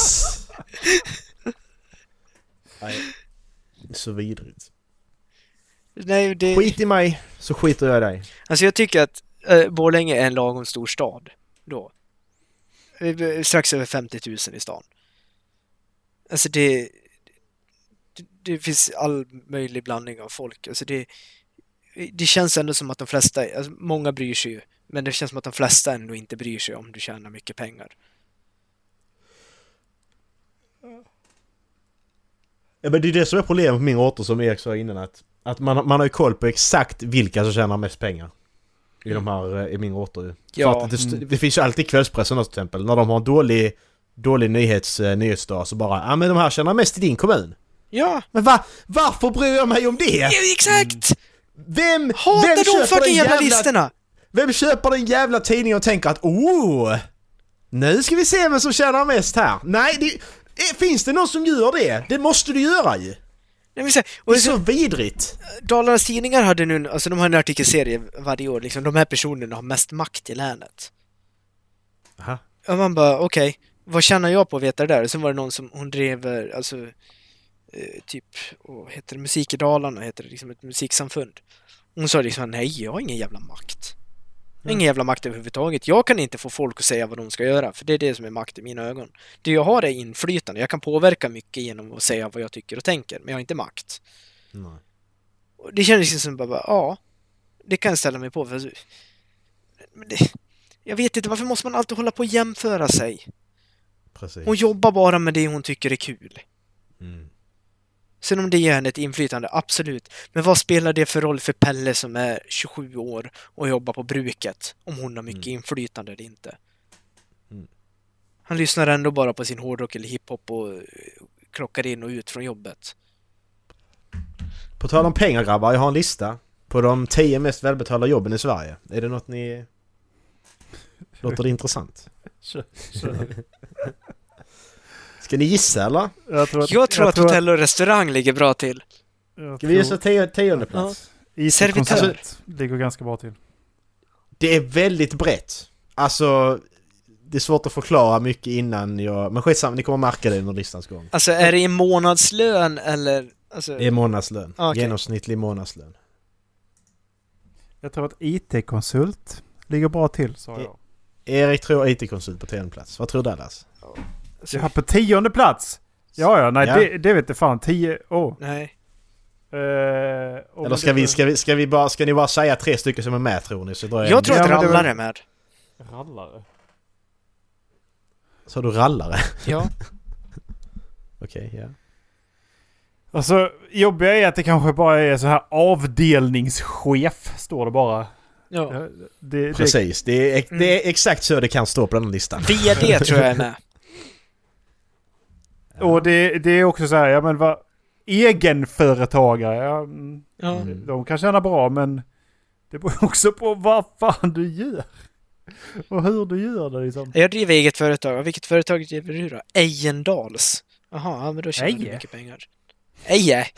Nej. Så vidrigt. Nej, Skit i mig, så skiter jag i dig. Alltså jag tycker att Borlänge är en lagom stor stad då. Strax över 50 000 i stan. Alltså det finns all möjlig blandning av folk. Alltså det känns ändå som att de flesta, alltså många bryr sig ju, men det känns som att de flesta ändå inte bryr sig om du tjänar mycket pengar. Ja, men det är det som är problemet på min åter, som Erik sa innan, att man har ju koll på exakt vilka som tjänar mest pengar i de här, i min åter. Ja. För att det finns ju alltid kvällspressen till exempel, när de har en dålig nyhetsdag så bara, men de här tjänar mest i din kommun. Ja. Men varför bryr jag mig om det? Ja, exakt! Vem Hatar de fucking jävla listorna? Vem köper den jävla tidningen och tänker att nu ska vi se vem som tjänar mest här. Nej, finns det någon som gör det? Det måste du göra ju. Det är så vidrigt. Dalarnas tidningar hade nu, alltså de har en artikelserie varje år, liksom de här personerna har mest makt i länet. Aha. Och man bara, okej, vad tjänar jag på att veta det där? Och sen var det någon som, hon drev, alltså typ, heter det Musik i Dalarna, heter det liksom ett musiksamfund. Hon sa liksom, nej, jag har ingen jävla makt. Jag har ingen jävla makt överhuvudtaget. Jag kan inte få folk att säga vad de ska göra, för det är det som är makt i mina ögon. Det jag har är inflytande. Jag kan påverka mycket genom att säga vad jag tycker och tänker, men jag har inte makt. Nej. Och det kändes som bara, ja, det kan jag ställa mig på. För jag vet inte, varför måste man alltid hålla på att jämföra sig? Precis. Hon jobbar bara med det hon tycker är kul. Mm. Sen om det ger henne ett inflytande, absolut. Men vad spelar det för roll för Pelle som är 27 år och jobbar på bruket? Om hon har mycket inflytande eller inte. Mm. Han lyssnar ändå bara på sin hårdrock eller hiphop och klockar in och ut från jobbet. På tal om pengar, grabbar, jag har en lista på de 10 mest välbetalda jobben i Sverige. Är det något ni... Låter det intressant? Ska ni gissa, eller? Jag tror att hotell och restaurang ligger bra till. Ska vi gissa 10:e plats? Ja. Servitör. Det går ganska bra till. Det är väldigt brett. Alltså, det är svårt att förklara mycket innan jag... Men skitsamma, ni kommer märka det under listans gång. Alltså, är det i månadslön eller... Alltså... Det är månadslön. Okay. Genomsnittlig månadslön. Jag tror att IT-konsult ligger bra till, sa jag. Erik tror IT-konsult på 10:e plats. Vad tror Dallas? Ja, på 10:e plats? Ja, nej, ja. Det vet jag fan. 10... Nej. Eller ska ni bara säga 3 stycken som är med, tror ni? Så jag tror att rallare är med. Rallare? Så du rallare? Ja. Okej, ja. Alltså, jobbiga är att det kanske bara är så här avdelningschef, står det bara. Ja. Precis, det är exakt så det kan stå på den här listan. VD tror jag är med. Ja. Och det är också så här, ja men vad... Egenföretagare, ja. De kan tjäna bra, men det beror också på vad fan du gör. Och hur du gör det liksom. Jag driver eget företag. Vilket företag driver du då? Ejendals. Jaha, men då tjänar du mycket pengar. Eje!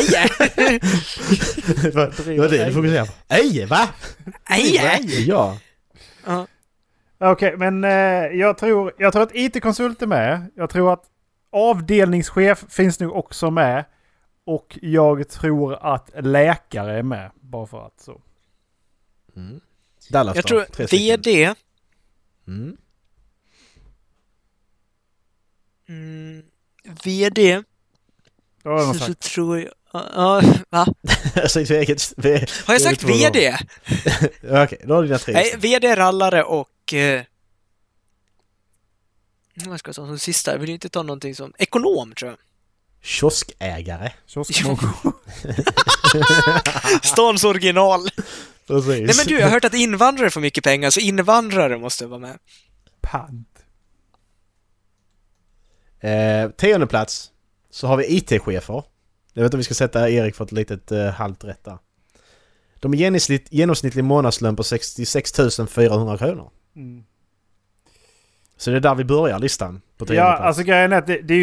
Vad är det du fokuserar på? Eje, va? Eje! Ja. Okej, men jag tror att IT-konsult är med. Jag tror att avdelningschef finns nu också med. Och jag tror att läkare är med. Bara för att så. Dallas, jag tror VD. VD. Så tror jag... va? Har jag sagt VD? Okej, då har dina 3. Nej, VD, rallare och... vad ska jag ta som sista? Jag vill inte ta någonting som... Ekonom, tror jag. Kioskägare. Stans original. Precis. Nej, men du, jag har hört att invandrare får mycket pengar, så invandrare måste vara med. Pant. 10:e plats så har vi IT-chefer. Jag vet inte om vi ska sätta Erik för ett litet halvt rätt där. De är genomsnittlig månadslön på 66 400 kronor. Så det är där vi börjar listan på 10:e plats. Alltså grejen är att det är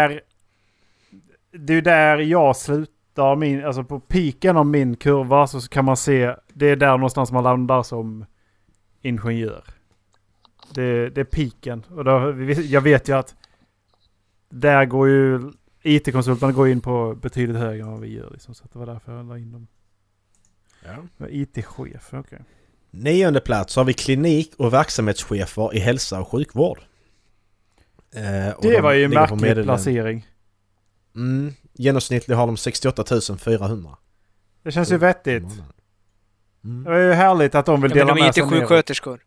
ju där jag slutar alltså på piken av min kurva, så kan man se det är där någonstans man landar som ingenjör. Det är piken. Och då, jag vet ju att där går ju IT-konsulterna går in på betydligt högre än vad vi gör. Liksom, så att det var därför jag la in dem. Ja. IT-chef, okej. 9:e plats har vi klinik- och verksamhetschefer i hälsa och sjukvård. Det var ju en märklig placering. Genomsnittligt har de 68 400. Det känns ju vettigt. Det är ju härligt att de vill dela med sig. Men de är inte sjuksköterskor.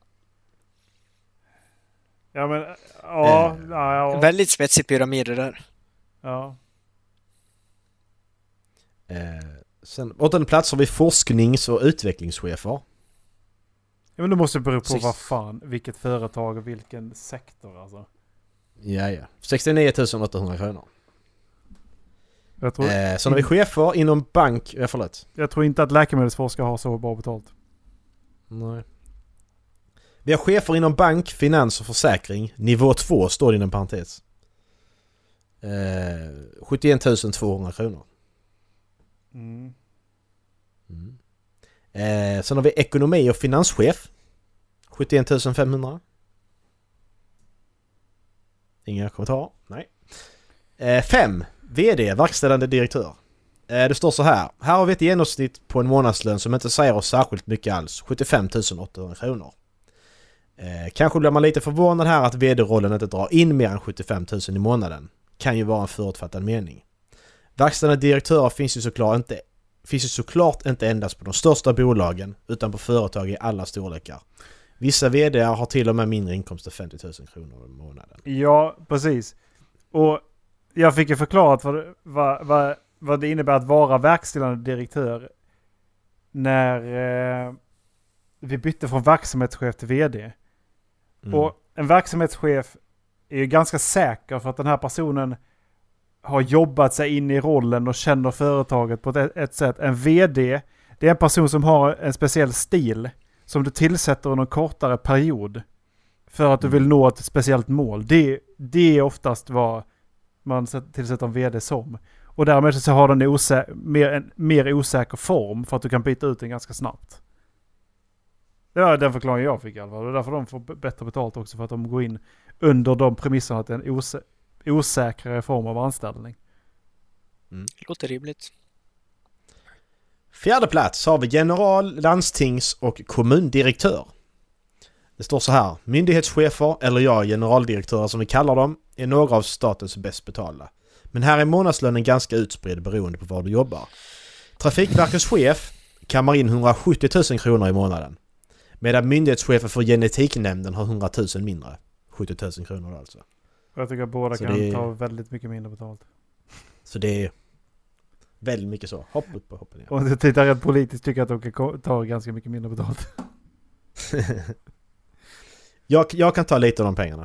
Ja, men... Ja. Väldigt spetsig pyramid det där. Ja. Sen 8:e plats har vi forsknings- och utvecklingschefer. Ja, men det måste bero på vad fan, vilket företag och vilken sektor alltså. Ja. 69 800 kronor. Jag tror sen har vi chefer inom bank... Jag tror inte att läkemedelsforskare har så bra betalt. Nej. Vi har chefer inom bank, finans och försäkring. Nivå 2 står det inom parentes. 71 200 kronor. Sen har vi ekonomi- och finanschef. 71 500. Inga kommentarer? Nej. 5. VD, verkställande direktör. Det står så här. Här har vi ett genomsnitt på en månadslön som inte säger oss särskilt mycket alls. 75 800 kronor. Kanske blir man lite förvånad här att vd-rollen inte drar in mer än 75 000 i månaden. Kan ju vara en förutfattad mening. Verkställande direktörer finns ju såklart inte endast på de största bolagen utan på företag i alla storlekar. Vissa vd har till och med mindre inkomst än 50 000 kronor i månaden. Ja, precis. Och jag fick ju förklarat vad det innebär att vara verkställande direktör när vi bytte från verksamhetschef till vd. Och en verksamhetschef är ju ganska säker för att den här personen har jobbat sig in i rollen och känner företaget på ett sätt. En vd, det är en person som har en speciell stil som du tillsätter under en kortare period för att du vill nå ett speciellt mål. Det är oftast vad man tillsätter en vd som. Och därmed så har den en mer osäker form för att du kan byta ut den ganska snabbt. Det var den förklaringen jag fick i alla fall. Och därför de får bättre betalt också för att de går in under de premisserna att det är en osäkrare form av anställning. Låter rimligt. 4:e plats har vi general-, landstings- och kommundirektör. Det står så här. Myndighetschefer, eller generaldirektörer som vi kallar dem, är några av statens bäst betalda. Men här är månadslönen ganska utspridd beroende på var du jobbar. Trafikverkets chef kammar in 170 000 kronor i månaden. Medan myndighetschefen för genetiknämnden har 100 000 mindre. 70 000 kronor alltså. Jag tycker att båda så kan ta väldigt mycket mindre betalt. Så det är väldigt mycket så. Hopp upp och hopp ner. Och jag tittar rätt politiskt tycker att de kan ta ganska mycket mindre betalt. jag kan ta lite av de pengarna.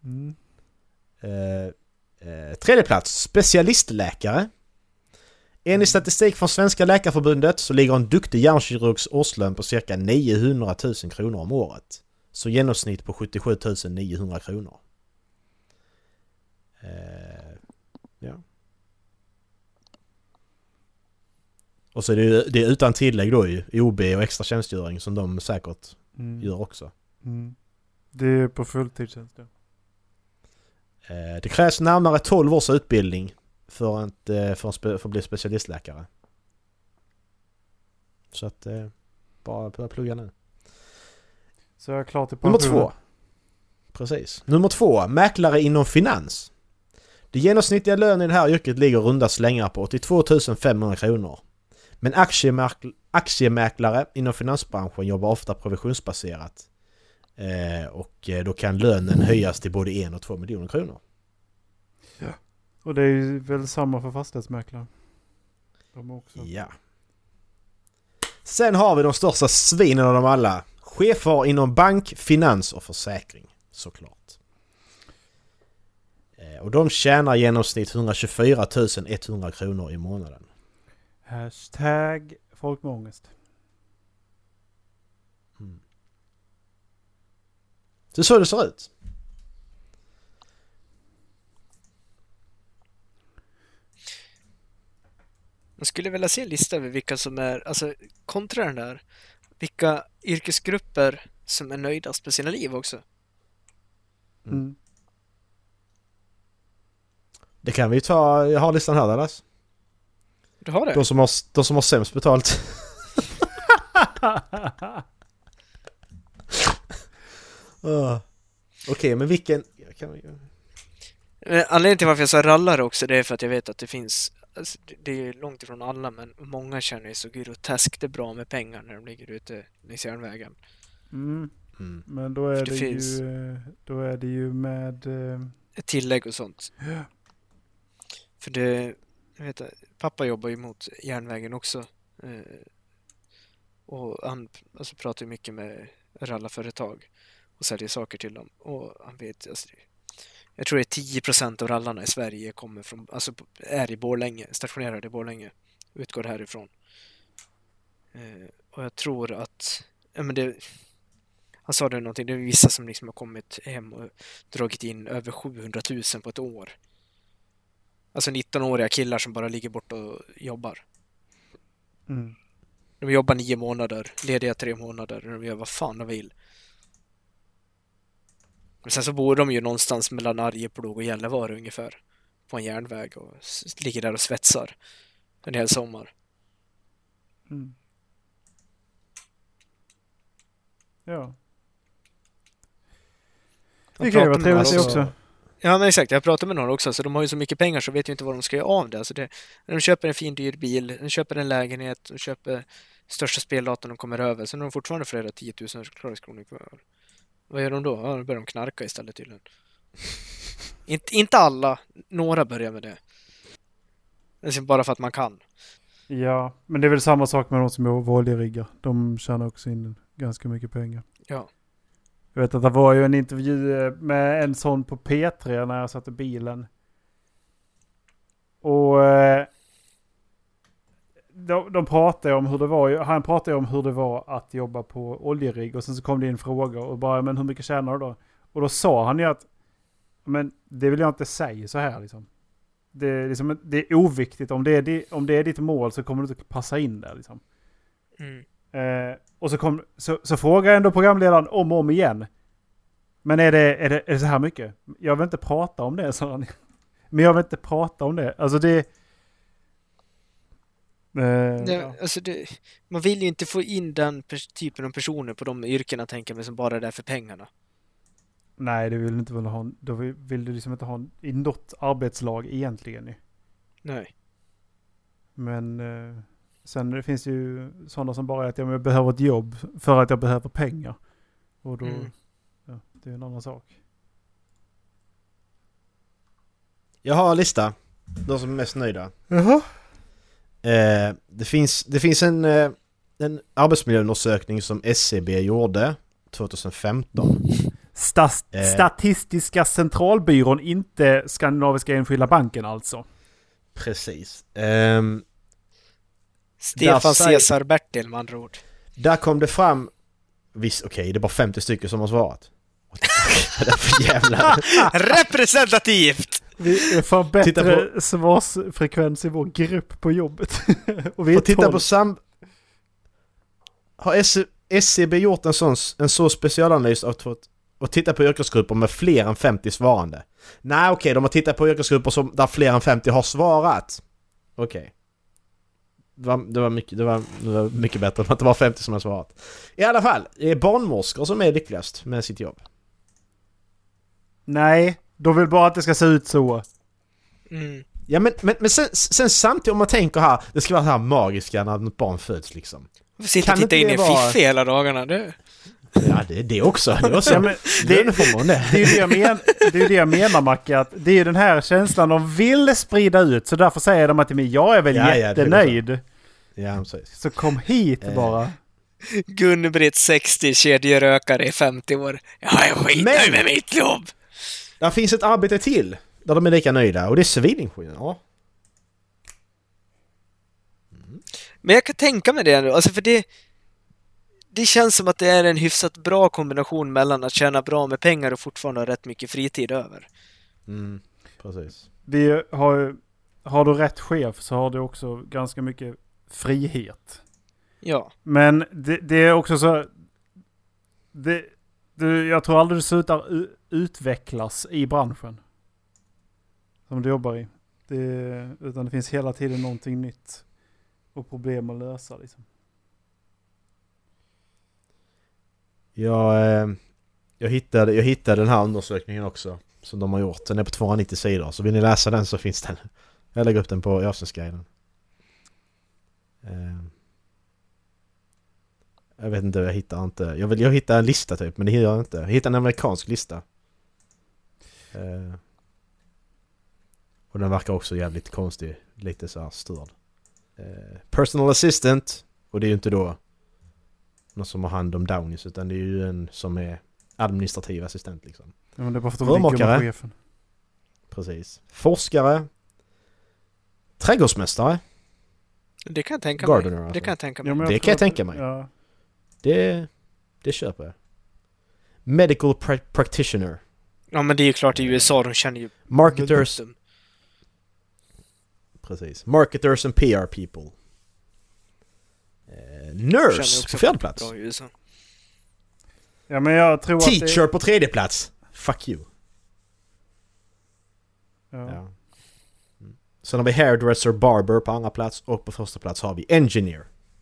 3:e plats. Specialistläkare. Enligt statistik från Svenska Läkarförbundet så ligger en duktig hjärnkirurgs årslön på cirka 900 000 kronor om året. Så genomsnitt på 77 900 kronor. Ja. Och så är det är utan tillägg då i OB och extra tjänstgöring som de säkert gör också. Det är på fulltidstjänst. Ja. Det krävs närmare 12 års utbildning för att bli specialistläkare. Så att bara börja plugga nu. Så jag är klar till Nummer 2. Precis. Nummer 2. Mäklare inom finans. Det genomsnittliga lönen i det här yrket ligger runda slängar på 82 500 kronor. Men aktiemäklare inom finansbranschen jobbar ofta provisionsbaserat. Och då kan lönen höjas till både 1 och 2 miljoner kronor. Ja. Och det är ju väl samma för fastighetsmäklare. De också. Ja. Sen har vi de största svinen av dem alla. Chefer inom bank, finans och försäkring. Såklart. Och de tjänar i genomsnitt 124 100 kronor i månaden. Hashtag folk med ångest. Det är så det ser ut. Man skulle vilja se en lista över vilka som är, alltså kontra den där, vilka yrkesgrupper som är nöjdast med sina liv också. Det kan vi ta, jag har listan här Dallas. Du har det? De som har sämst betalt. Okej, men vilken... Anledningen till varför jag sa rallare också, det är för att jag vet att det finns, alltså, det är långt ifrån alla, men många känner ju så groteskt det bra med pengar när de ligger ute längs järnvägen. Men då är det ju med ett tillägg och sånt. Ja. För det, jag vet, pappa jobbar ju mot järnvägen också. Och han alltså, pratar ju mycket med rallarföretag och säljer saker till dem. Och han vet, alltså, jag tror det är 10% av rallarna i Sverige kommer från, alltså är i Borlänge, stationerade i Borlänge, utgår härifrån. Och jag tror att, ja men det, han sa det någonting, det är vissa som liksom har kommit hem och dragit in över 700 000 på ett år. Alltså 19-åriga killar som bara ligger bort och jobbar. De jobbar 9 månader, lediga 3 månader, och de gör vad fan de vill. Men sen så bor de ju någonstans mellan Arjeplog och Gällivare ungefär. På en järnväg och ligger där och svetsar. en hel sommar. Mm. Ja. Det kan ju vara trevligt också. Ja, men exakt. Jag pratade med några också, så de har ju så mycket pengar så vet ju inte vad de ska göra av det. Alltså när de köper en fin dyr bil, de köper en lägenhet, de köper största speldatorn de kommer över, sen har de fortfarande flera 10 000 kronor kvar. Vad gör de då? Ja, då börjar de knarka istället tydligen. Inte alla, några börjar med det. Alltså bara för att man kan. Ja, men det är väl samma sak med de som är oljeriggar. De tjänar också in ganska mycket pengar. Ja. Jag vet att det var ju en intervju med en sån på P3 när jag satt i bilen. Och de pratade om hur det var. Han pratade om hur det var att jobba på oljerigg. Och sen så kom det in frågor och bara, men hur mycket tjänar du då? Och då sa han ju att, men det vill jag inte säga så här liksom. Det är oviktigt. Om det är ditt mål så kommer du inte passa in där liksom. Mm. Och så frågar ändå programledaren om och om igen. Men är det så här mycket? Jag vill inte prata om det, sa han. Men jag vill inte prata om det. Alltså det... Ja. Alltså man vill ju inte få in den typen av personer på de yrkena, tänker jag, som bara är där för pengarna. Nej, det vill du inte väl ha. Då vill du liksom inte ha i något arbetslag egentligen. Nej. Men sen det finns ju sådana som bara är att jag behöver ett jobb för att jag behöver pengar. Och då, ja, det är en annan sak. Jag har en lista. De som är mest nöjda. Jaha. Det finns en arbetsmiljöundersökning som SCB gjorde 2015. Statistiska centralbyrån, inte Skandinaviska enskilda banken alltså. Precis. Stefan Cesar Bertil med andra ord. Där kom det fram, okej, det är bara 50 stycken som har svarat. What the fuck? Det är för jävla... Representativt! Vi får bättre svarsfrekvens i vår grupp på jobbet. Och vi får titta på Har SCB gjort en så specialanalys av och titta på yrkesgrupper med fler än 50 svarande? Nej, okej, de har tittat på yrkesgrupper där fler än 50 har svarat. Okej. Det var mycket bättre än att det var 50 som har svarat. I alla fall, det är barnmorskor som är lyckligast med sitt jobb. Nej, de vill bara att det ska se ut så. Mm. Ja, men sen samtidigt om man tänker här, det ska vara det här magiska när ett barn föds liksom. Sitta och titta in i en fiffi hela dagarna, det... Ja, det också. Det är också. Ja, men det är ju det jag menar, Macke, att det är den här känslan de vill sprida ut, så därför säger de att jag är väl jättenöjd. Ja, precis. Så kom hit bara. Gun-Britt 60, kedjerökare i 50 år. Jag är skitnöjd med mitt jobb. Där finns ett arbete till där de är lika nöjda, och det är civilingenjörer. Ja. Men jag kan tänka mig det ändå, alltså för det känns som att det är en hyfsat bra kombination mellan att tjäna bra med pengar och fortfarande ha rätt mycket fritid över. Mm, precis. Vi har du rätt chef så har du också ganska mycket frihet. Ja. Men det är också så... jag tror aldrig du slutar utvecklas i branschen som du jobbar i. Utan det finns hela tiden någonting nytt och problem att lösa liksom. Jag hittade den här undersökningen också som de har gjort. Den är på 290 sidor, så vill ni läsa den så finns den. Jag lägger upp den på avsnittsguiden. Jag vet inte, jag hittar inte. Jag hittar en lista typ, men det gör jag inte. Jag hittar en amerikansk lista. Och den verkar också jävligt konstig, lite så här störd. Personal assistant, och det är ju inte då någon som har hand om Downies, utan det är ju en som är administrativ assistent liksom. Ja, men det är bara för att de ligger med chefen. Precis. Forskare. Trädgårdsmästare. Det kan jag tänka Gardener, mig. alltså. Det kan jag tänka mig. Ja, det kan jag tänka mig. Ja. Det köper jag. Medical practitioner. Ja, men det är ju klart i USA, de känner ju... Marketers. Precis. Marketers and PR people. Nurse på fjärde plats. Ja, men jag tror Teacher att på tredje plats. Fuck you. Ja. Sen har vi hairdresser, barber på andra plats. Och på första plats har vi engineer.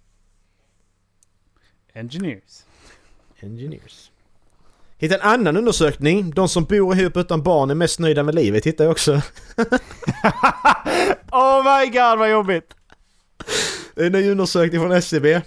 Engineers. Hitta en annan undersökning. De som bor ihop utan barn är mest nöjda med livet. Hittar jag också. Oh my god, vad jobbigt! En ny undersökning från SCB.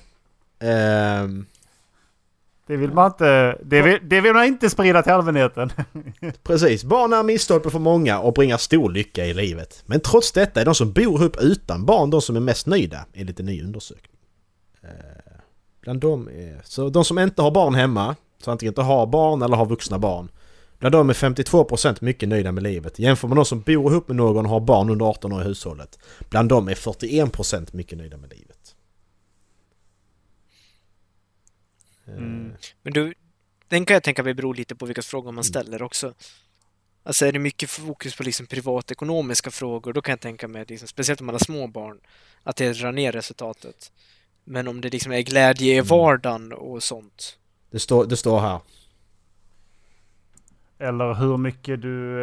Det vill man inte... Det vill man inte sprida till allmänheten. Precis. Barn är milstolpe för många och bringar stor lycka i livet. Men trots detta är de som bor ihop utan barn de som är mest nöjda, enligt en ny undersökning. Bland dem är... Så de som inte har barn hemma, så antingen inte har barn eller har vuxna barn, bland dem är 52% mycket nöjda med livet. Jämför med de som bor ihop med någon och har barn under 18 år i hushållet. Bland dem är 41% mycket nöjda med livet. Men du, den kan jag tänka mig beror lite på vilka frågor man ställer också. Alltså är det mycket fokus på liksom privatekonomiska frågor, då kan jag tänka mig, liksom, speciellt om man har små barn, att det drar ner resultatet. Men om det liksom är glädje i vardagen och sånt. Det står här. Eller hur mycket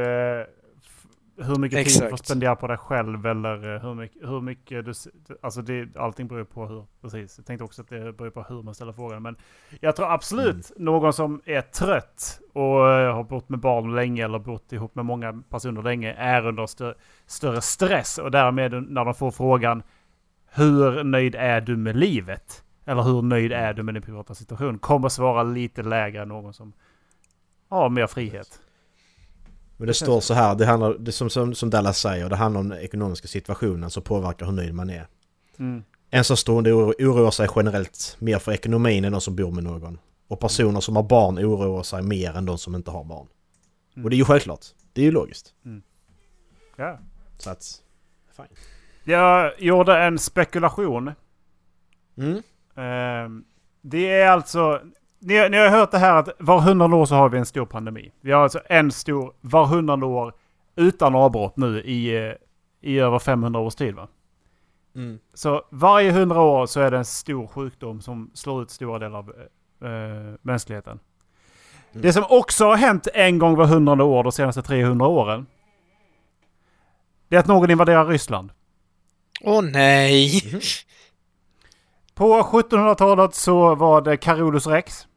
tid du får spendera på dig själv, eller hur mycket du... Alltså allting beror på hur... Precis. Jag tänkte också att det beror på hur man ställer frågan. Men jag tror absolut någon som är trött och har bott med barn länge eller bott ihop med många personer länge är under större stress. Och därmed när de får frågan hur nöjd är du med livet? Eller hur nöjd är du med din privata situation? Kommer svara lite lägre än någon som har mer frihet. Men det står så här, det handlar, det som Dallas säger, det handlar om den ekonomiska situationen som påverkar hur nöjd man är. Ensamstående oroar sig generellt mer för ekonomin än de som bor med någon. Och personer som har barn oroar sig mer än de som inte har barn. Och det är ju självklart. Det är ju logiskt. Ja. Så att, fine. Jag gjorde en spekulation. Det är alltså... Ni har hört det här att var 100 år så har vi en stor pandemi. Vi har alltså en stor var 100 år utan avbrott nu i över 500 års tid, va? Så varje 100 år så är det en stor sjukdom som slår ut stora delar av mänskligheten. Det som också har hänt en gång var 100 år de senaste 300 åren, det är att någon invaderar Ryssland. Åh nej! På 1700-talet så var det Carolus Rex.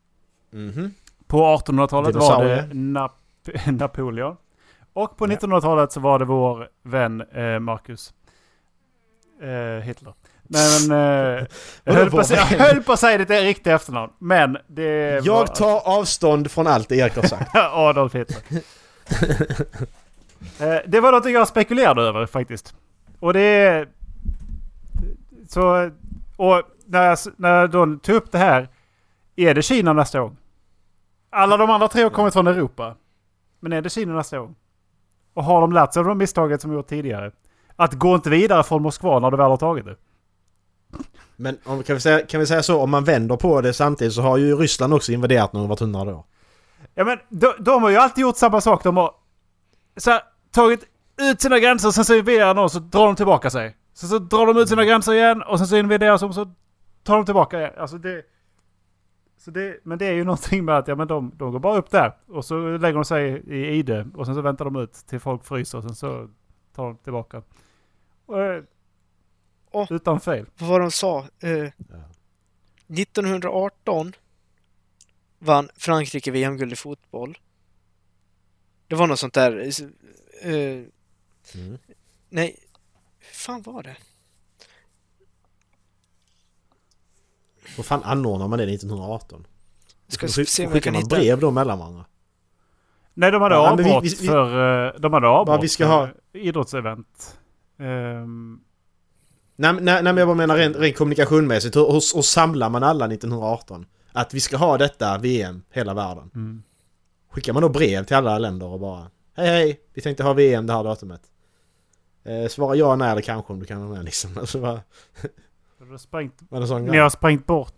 På 1800-talet var det Napoleon. Och på 1900-talet så var det vår vän Marcus Hitler. Men jag höll på att säga det riktiga efternamn. Men det jag tar avstånd från allt det Erik har sagt. Adolf Hitler. Det var något jag spekulerade över faktiskt. Och det är... Så... Och när de tog upp det här, är det Kina nästa gång? Alla de andra tre har kommit från Europa. Men är det Kina nästa gång? Och har de lärt sig av de misstaget som vi gjort tidigare? Att gå inte vidare från Moskva när du väl har tagit det. Men kan vi säga så, om man vänder på det samtidigt så har ju Ryssland också invaderat när de varit 100 år. Ja, men de har ju alltid gjort samma sak. De har så här, tagit ut sina gränser, sen så invaderar någon, så drar de tillbaka sig. Så drar de ut sina gränser igen och sen så invaderar de, så tar de tillbaka igen. Alltså men det är ju någonting med att men de går bara upp där och så lägger de sig i ide och sen så väntar de ut till folk fryser och sen så tar de tillbaka. Utan fel. Vad de sa? 1918 vann Frankrike VM-guld i fotboll. Det var något sånt där. Nej, hur fan var det? Vad fan anordnar man det 1918? Ska se om jag skickar kan man hitta brev då mellan varandra? Nej, de hade avbrott för de hade avbrott vi ska ha idrottsevent. Nej, men jag bara menar rent kommunikationmässigt. Hur samlar man alla 1918? Att vi ska ha detta VM hela världen. Skickar man då brev till alla länder och bara hej, vi tänkte ha VM det här datumet. Svara ja, nej eller kanske om du kan vara med liksom. Alltså, ni har sprängt bort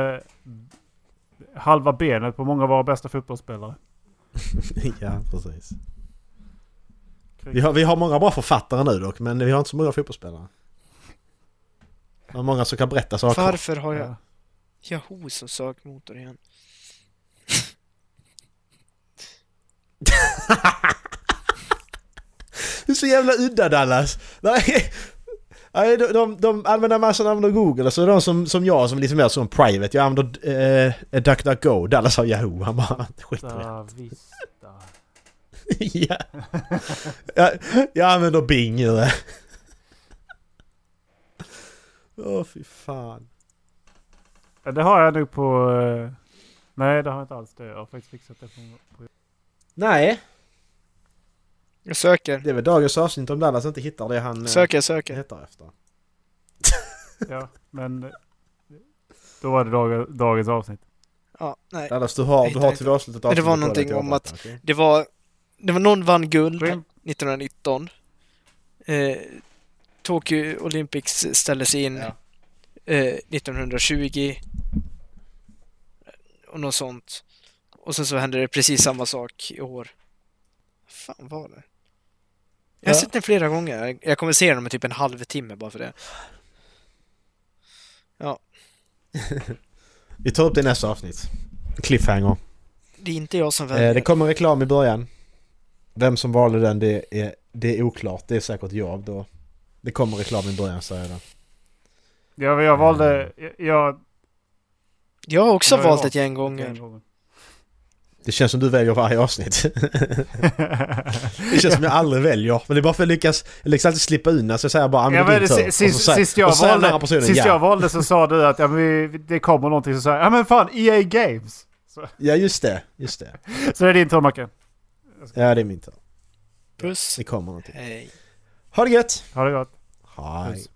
halva benet på många av våra bästa fotbollsspelare. Ja, precis. Vi har många bra författare nu dock, men vi har inte så många fotbollsspelare. Det är många som kan berätta saker. Varför har jag Yahoo som sökmotor igen? är så jävla udda, Dallas. Nej, de använder massan av Google, så är de som jag som liksom är som private. Jag använder DuckDuckGo. Dallas har Yahoo. Han bara skiträtt. Ja. Jag använder Bing. Fy fan. Det har jag nu på... Nej, det har jag inte alls det. Jag har faktiskt fixat det på... Nej. Jag söker. Det är väl dagens avsnitt om Dallas inte hittar det han söker. heter efter. Ja, men då var det dagens avsnitt. Ja, nej. Dallas, du har till avslutet avsnitt. Det var någonting om att det var någon vann guld 1919. Tokyo Olympics ställdes in 1920 och något sånt. Och sen så hände det precis samma sak i år. Fan var det? Jag har sett den flera gånger. Jag kommer se den om typ en halvtimme bara för det. Ja. Vi tar upp det i nästa avsnitt. Cliffhanger. Det är inte jag som väljer. Det kommer reklam i början. Vem som valde den, det är oklart. Det är säkert jag då. Det kommer reklam i början, säger jag det. Ja, jag valde... Jag har också valt ett gäng gånger. Det känns som du väljer varje avsnitt. Det känns som jag aldrig väljer. Men det är bara för att jag lyckas alltid slippa undan. Så jag säger bara, Sist jag valde så sa du att det kommer någonting, så sa jag, men fan, EA Games. Så. Ja, just det. Så det är din tur, Macke. Ja, det är min tur. Puss. Det kommer någonting. Hej. Ha det gött. Ha det gott. Hej. Puss.